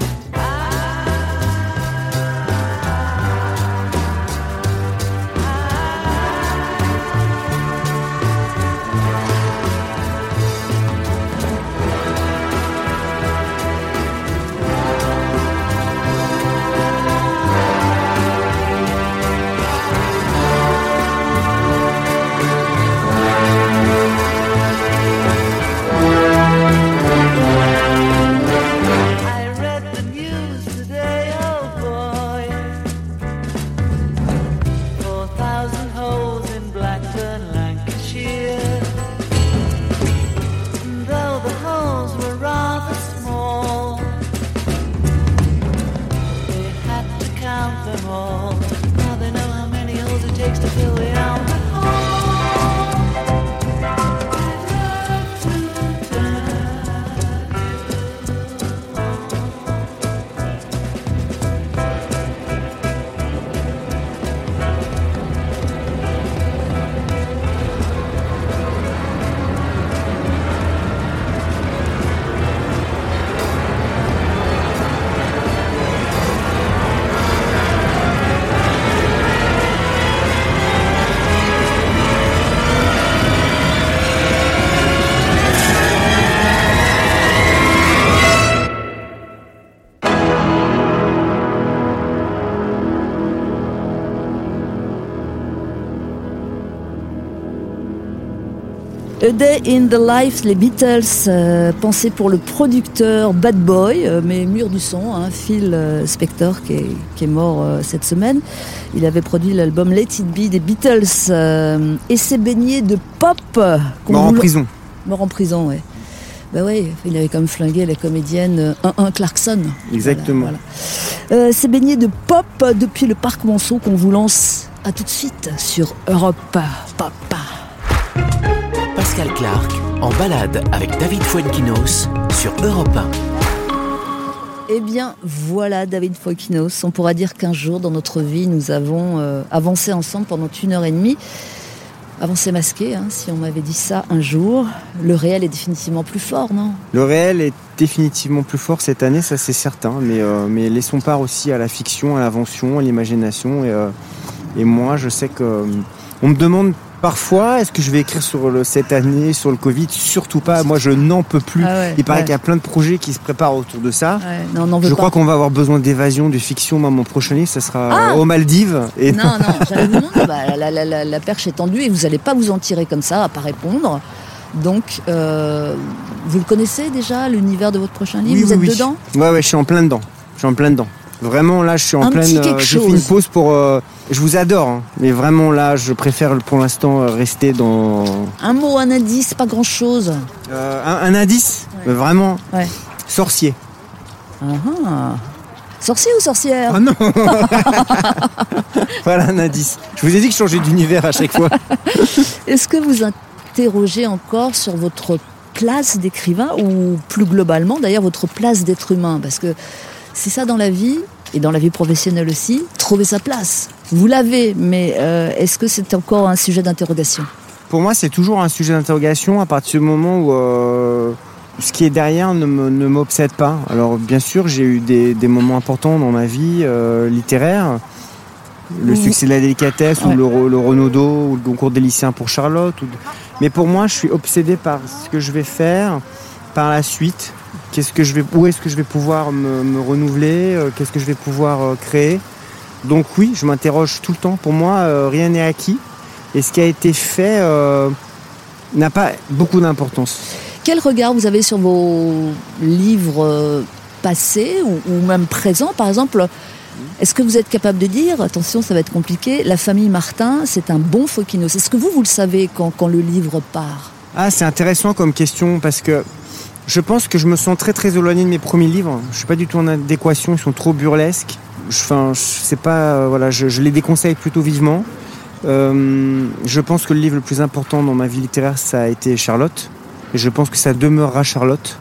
A Day in the Life, les Beatles, euh, pensé pour le producteur Bad Boy, euh, mais mur du son, hein, Phil euh, Spector, qui est, qui est mort euh, cette semaine. Il avait produit l'album Let It Be des Beatles euh, et s'est baigné de pop. Mort en prison. Mort en prison, ouais. Bah ouais, il avait quand même flingué la comédienne un un Clarkson. Exactement. Voilà, voilà. Euh, s'est baigné de pop depuis le Parc Monceau qu'on vous lance à tout de suite sur Europe Pop. Pascal Clark en balade avec David Fuenquinos sur Europe un. Eh bien, voilà David Fuenquinos. On pourra dire qu'un jour dans notre vie, nous avons euh, avancé ensemble pendant une heure et demie. Avancé masqué, hein, si on m'avait dit ça un jour. Le réel est définitivement plus fort, non ? Le réel est définitivement plus fort cette année, ça c'est certain. Mais, euh, mais laissons part aussi à la fiction, à l'invention, à l'imagination. Et, euh, et moi, je sais que... Euh, on me demande... Parfois, est-ce que je vais écrire sur le, cette année, sur le Covid ? Surtout pas. Moi, je n'en peux plus. Ah ouais, Il paraît ouais. qu'il y a plein de projets qui se préparent autour de ça. Ouais, non, on n'en veut je pas. crois qu'on va avoir besoin d'évasion, de fiction. Moi, mon prochain livre, ça sera Ah aux Maldives. Et... Non, non, j'allais vous demander, bah, la, la, la, la perche est tendue et vous n'allez pas vous en tirer comme ça, à pas répondre. Donc, euh, vous le connaissez déjà, l'univers de votre prochain livre ? Oui, Vous oui, êtes oui. dedans ? Ouais, ouais, je suis en plein dedans. Je suis en plein dedans. Vraiment, là, je suis en Un pleine... petit quelque Euh, je fais chose. une pause pour... Euh, je vous adore, hein, mais vraiment, là, je préfère pour l'instant euh, rester dans... Un mot, un indice, pas grand-chose. Euh, un, un indice, Ouais. euh, vraiment, Ouais. sorcier. Ah, ah. Sorcier ou sorcière ? Ah non. Voilà un indice. Je vous ai dit que je changeais d'univers à chaque fois. Est-ce que vous interrogez encore sur votre place d'écrivain ou plus globalement, d'ailleurs, votre place d'être humain ? Parce que c'est ça dans la vie, et dans la vie professionnelle aussi, trouver sa place. Vous l'avez, mais euh, est-ce que c'est encore un sujet d'interrogation ? Pour moi, c'est toujours un sujet d'interrogation à partir du moment où euh, ce qui est derrière ne, me, ne m'obsède pas. Alors, bien sûr, j'ai eu des, des moments importants dans ma vie euh, littéraire. Le Mmh. succès de la délicatesse, Ouais. ou le, le Renaudot, ou le concours des lycéens pour Charlotte. Ou... Mais pour moi, je suis obsédé par ce que je vais faire par la suite. Qu'est-ce que je vais, où est-ce que je vais pouvoir me, me renouveler, euh, qu'est-ce que je vais pouvoir euh, créer. Donc oui, je m'interroge tout le temps. Pour moi, euh, rien n'est acquis. Et ce qui a été fait euh, n'a pas beaucoup d'importance. Quel regard vous avez sur vos livres euh, passés ou, ou même présents ? Par exemple, est-ce que vous êtes capable de dire, attention, ça va être compliqué, La famille Martin, c'est un bon Fuenquinos ? Est-ce que vous, vous le savez quand, quand le livre part ? Ah, c'est intéressant comme question parce que je pense que je me sens très très éloigné de mes premiers livres. Je suis pas du tout en adéquation, ils sont trop burlesques. Je, enfin, je sais pas, euh, voilà, je, je les déconseille plutôt vivement. Euh, je pense que le livre le plus important dans ma vie littéraire, ça a été Charlotte. Et je pense que ça demeurera Charlotte.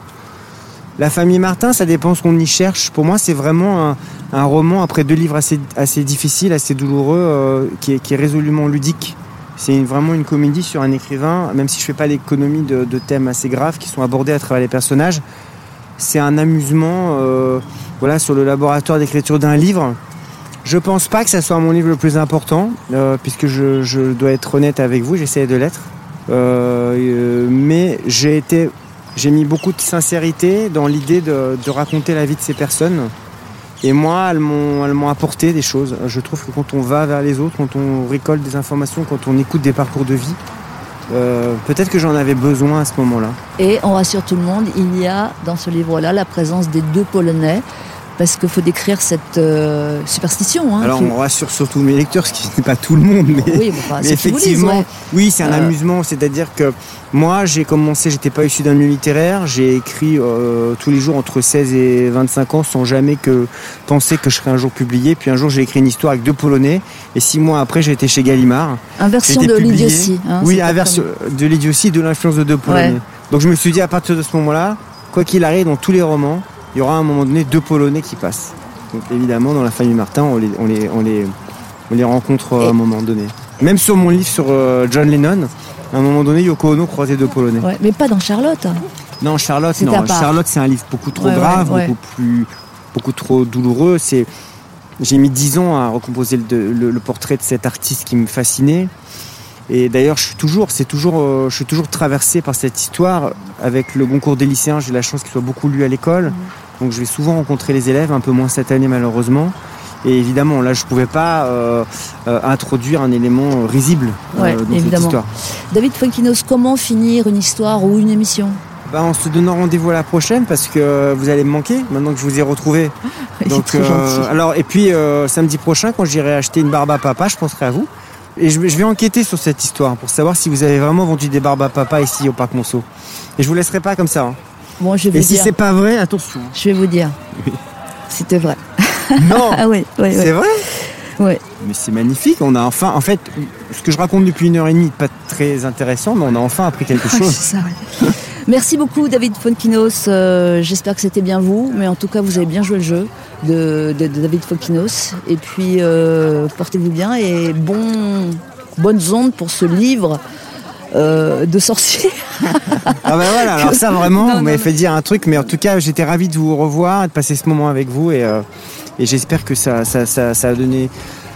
La famille Martin, ça dépend ce qu'on y cherche. Pour moi, c'est vraiment un, un roman après deux livres assez, assez difficiles, assez douloureux, euh, qui, est, qui est résolument ludique. C'est une, vraiment une comédie sur un écrivain, même si je ne fais pas l'économie de, de thèmes assez graves qui sont abordés à travers les personnages. C'est un amusement euh, voilà, sur le laboratoire d'écriture d'un livre. Je ne pense pas que ça soit mon livre le plus important, euh, puisque je, je dois être honnête avec vous, j'essaie de l'être. Euh, euh, mais j'ai été... J'ai mis beaucoup de sincérité dans l'idée de, de raconter la vie de ces personnes. Et moi, elles m'ont, elles m'ont apporté des choses. Je trouve que quand on va vers les autres, quand on récolte des informations, quand on écoute des parcours de vie, euh, peut-être que j'en avais besoin à ce moment-là. Et on rassure tout le monde, il y a dans ce livre-là la présence des deux Polonais, parce qu'il faut décrire cette euh, superstition. Hein, Alors qui... on rassure surtout mes lecteurs, ce qui n'est pas tout le monde, mais, oui, bon, enfin, mais effectivement, lisent, ouais. oui, c'est un euh... amusement. C'est-à-dire que moi, j'ai commencé, j'étais pas issu d'un milieu littéraire, j'ai écrit euh, tous les jours entre seize et vingt-cinq ans, sans jamais que penser que je serais un jour publié. Puis un jour, j'ai écrit une histoire avec deux Polonais, et six mois après, j'ai été chez Gallimard. Inversion de l'idiotie. Hein, oui, inversion comme... de l'idiotie, de l'influence de deux Polonais. Ouais. Donc je me suis dit, à partir de ce moment-là, quoi qu'il arrive dans tous les romans, il y aura à un moment donné deux Polonais qui passent. Donc évidemment, dans la famille Martin, on les, on les, on les, on les rencontre à un moment donné. Même sur mon livre sur euh, John Lennon, à un moment donné, Yoko Ono croisait deux Polonais. Ouais, mais pas dans Charlotte. Non, Charlotte, c'est non. Charlotte, c'est un livre beaucoup trop ouais, grave, ouais, ouais. beaucoup plus, beaucoup trop douloureux. C'est, j'ai mis dix ans à recomposer le, le, le portrait de cet artiste qui me fascinait. Et d'ailleurs, je suis toujours, c'est toujours, euh, je suis toujours traversé par cette histoire. Avec le Goncourt des lycéens, j'ai la chance qu'il soit beaucoup lu à l'école. Mmh. Donc je vais souvent rencontrer les élèves, un peu moins cette année malheureusement. Et évidemment, là, je ne pouvais pas euh, euh, introduire un élément risible euh, ouais, dans évidemment. cette histoire. David Fuenkinos, comment finir une histoire ou une émission ? Bah, en se donnant rendez-vous à la prochaine, parce que vous allez me manquer, maintenant que je vous ai retrouvé. Donc, c'est très euh, gentil. Alors, et puis, euh, samedi prochain, quand j'irai acheter une barbe à papa, je penserai à vous. Et je vais, je vais enquêter sur cette histoire pour savoir si vous avez vraiment vendu des barbes à papa ici au Parc Monceau. Et je vous laisserai pas comme ça. Hein. Bon, je vais et vous si dire. c'est pas vrai, attention. Je vais vous dire. Oui. C'était vrai. Non. Ah oui, oui, c'est oui. vrai. Oui. Mais c'est magnifique. On a enfin, en fait, ce que je raconte depuis une heure et demie, pas très intéressant, mais on a enfin appris quelque chose. C'est ça, oui. Merci beaucoup, David Fuenkinos. Euh, j'espère que c'était bien vous, mais en tout cas, vous avez bien joué le jeu de, de, de David Fuenkinos. Et puis, euh, portez-vous bien et bon, bonnes ondes pour ce livre. Euh, de sorciers. Ah ben voilà, alors ça vraiment, non, vous m'avez non, fait dire un truc, mais en tout cas j'étais ravi de vous revoir et de passer ce moment avec vous et, euh, et j'espère que ça, ça, ça, ça a donné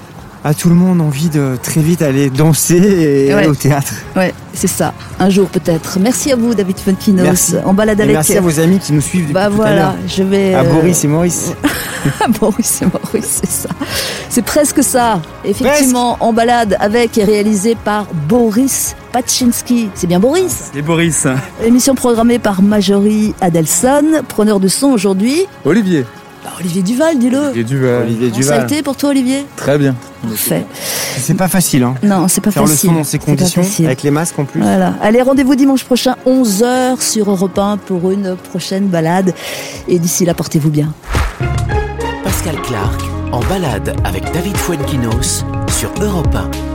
à tout le monde envie de très vite aller danser et ouais. aller au théâtre. Ouais, c'est ça, un jour peut-être. Merci à vous, David Fuenkinos. Merci. En balade et avec. Merci à vos amis qui nous suivent depuis bah tout voilà, à l'heure. Je vais. À euh... Boris et Maurice. Boris et Maurice, c'est ça. C'est presque ça. Effectivement, presque. En balade avec et réalisé par Boris Paczynski. C'est bien Boris. C'est Boris. Émission programmée par Marjorie Adelson. Preneur de son aujourd'hui. Olivier. Bah, Olivier Duval, dis-le. Olivier Duval. Olivier Bon, Duval. ça a été pour toi, Olivier ? Très bien. Parfait. C'est pas facile, hein. Non, c'est pas Faire facile. Faire le son dans ces conditions, avec les masques en plus. Voilà. Allez, rendez-vous dimanche prochain, onze heures sur Europe un pour une prochaine balade. Et d'ici là, portez-vous bien. Pascal Clark, en balade avec David Fuenkinos sur Europe un.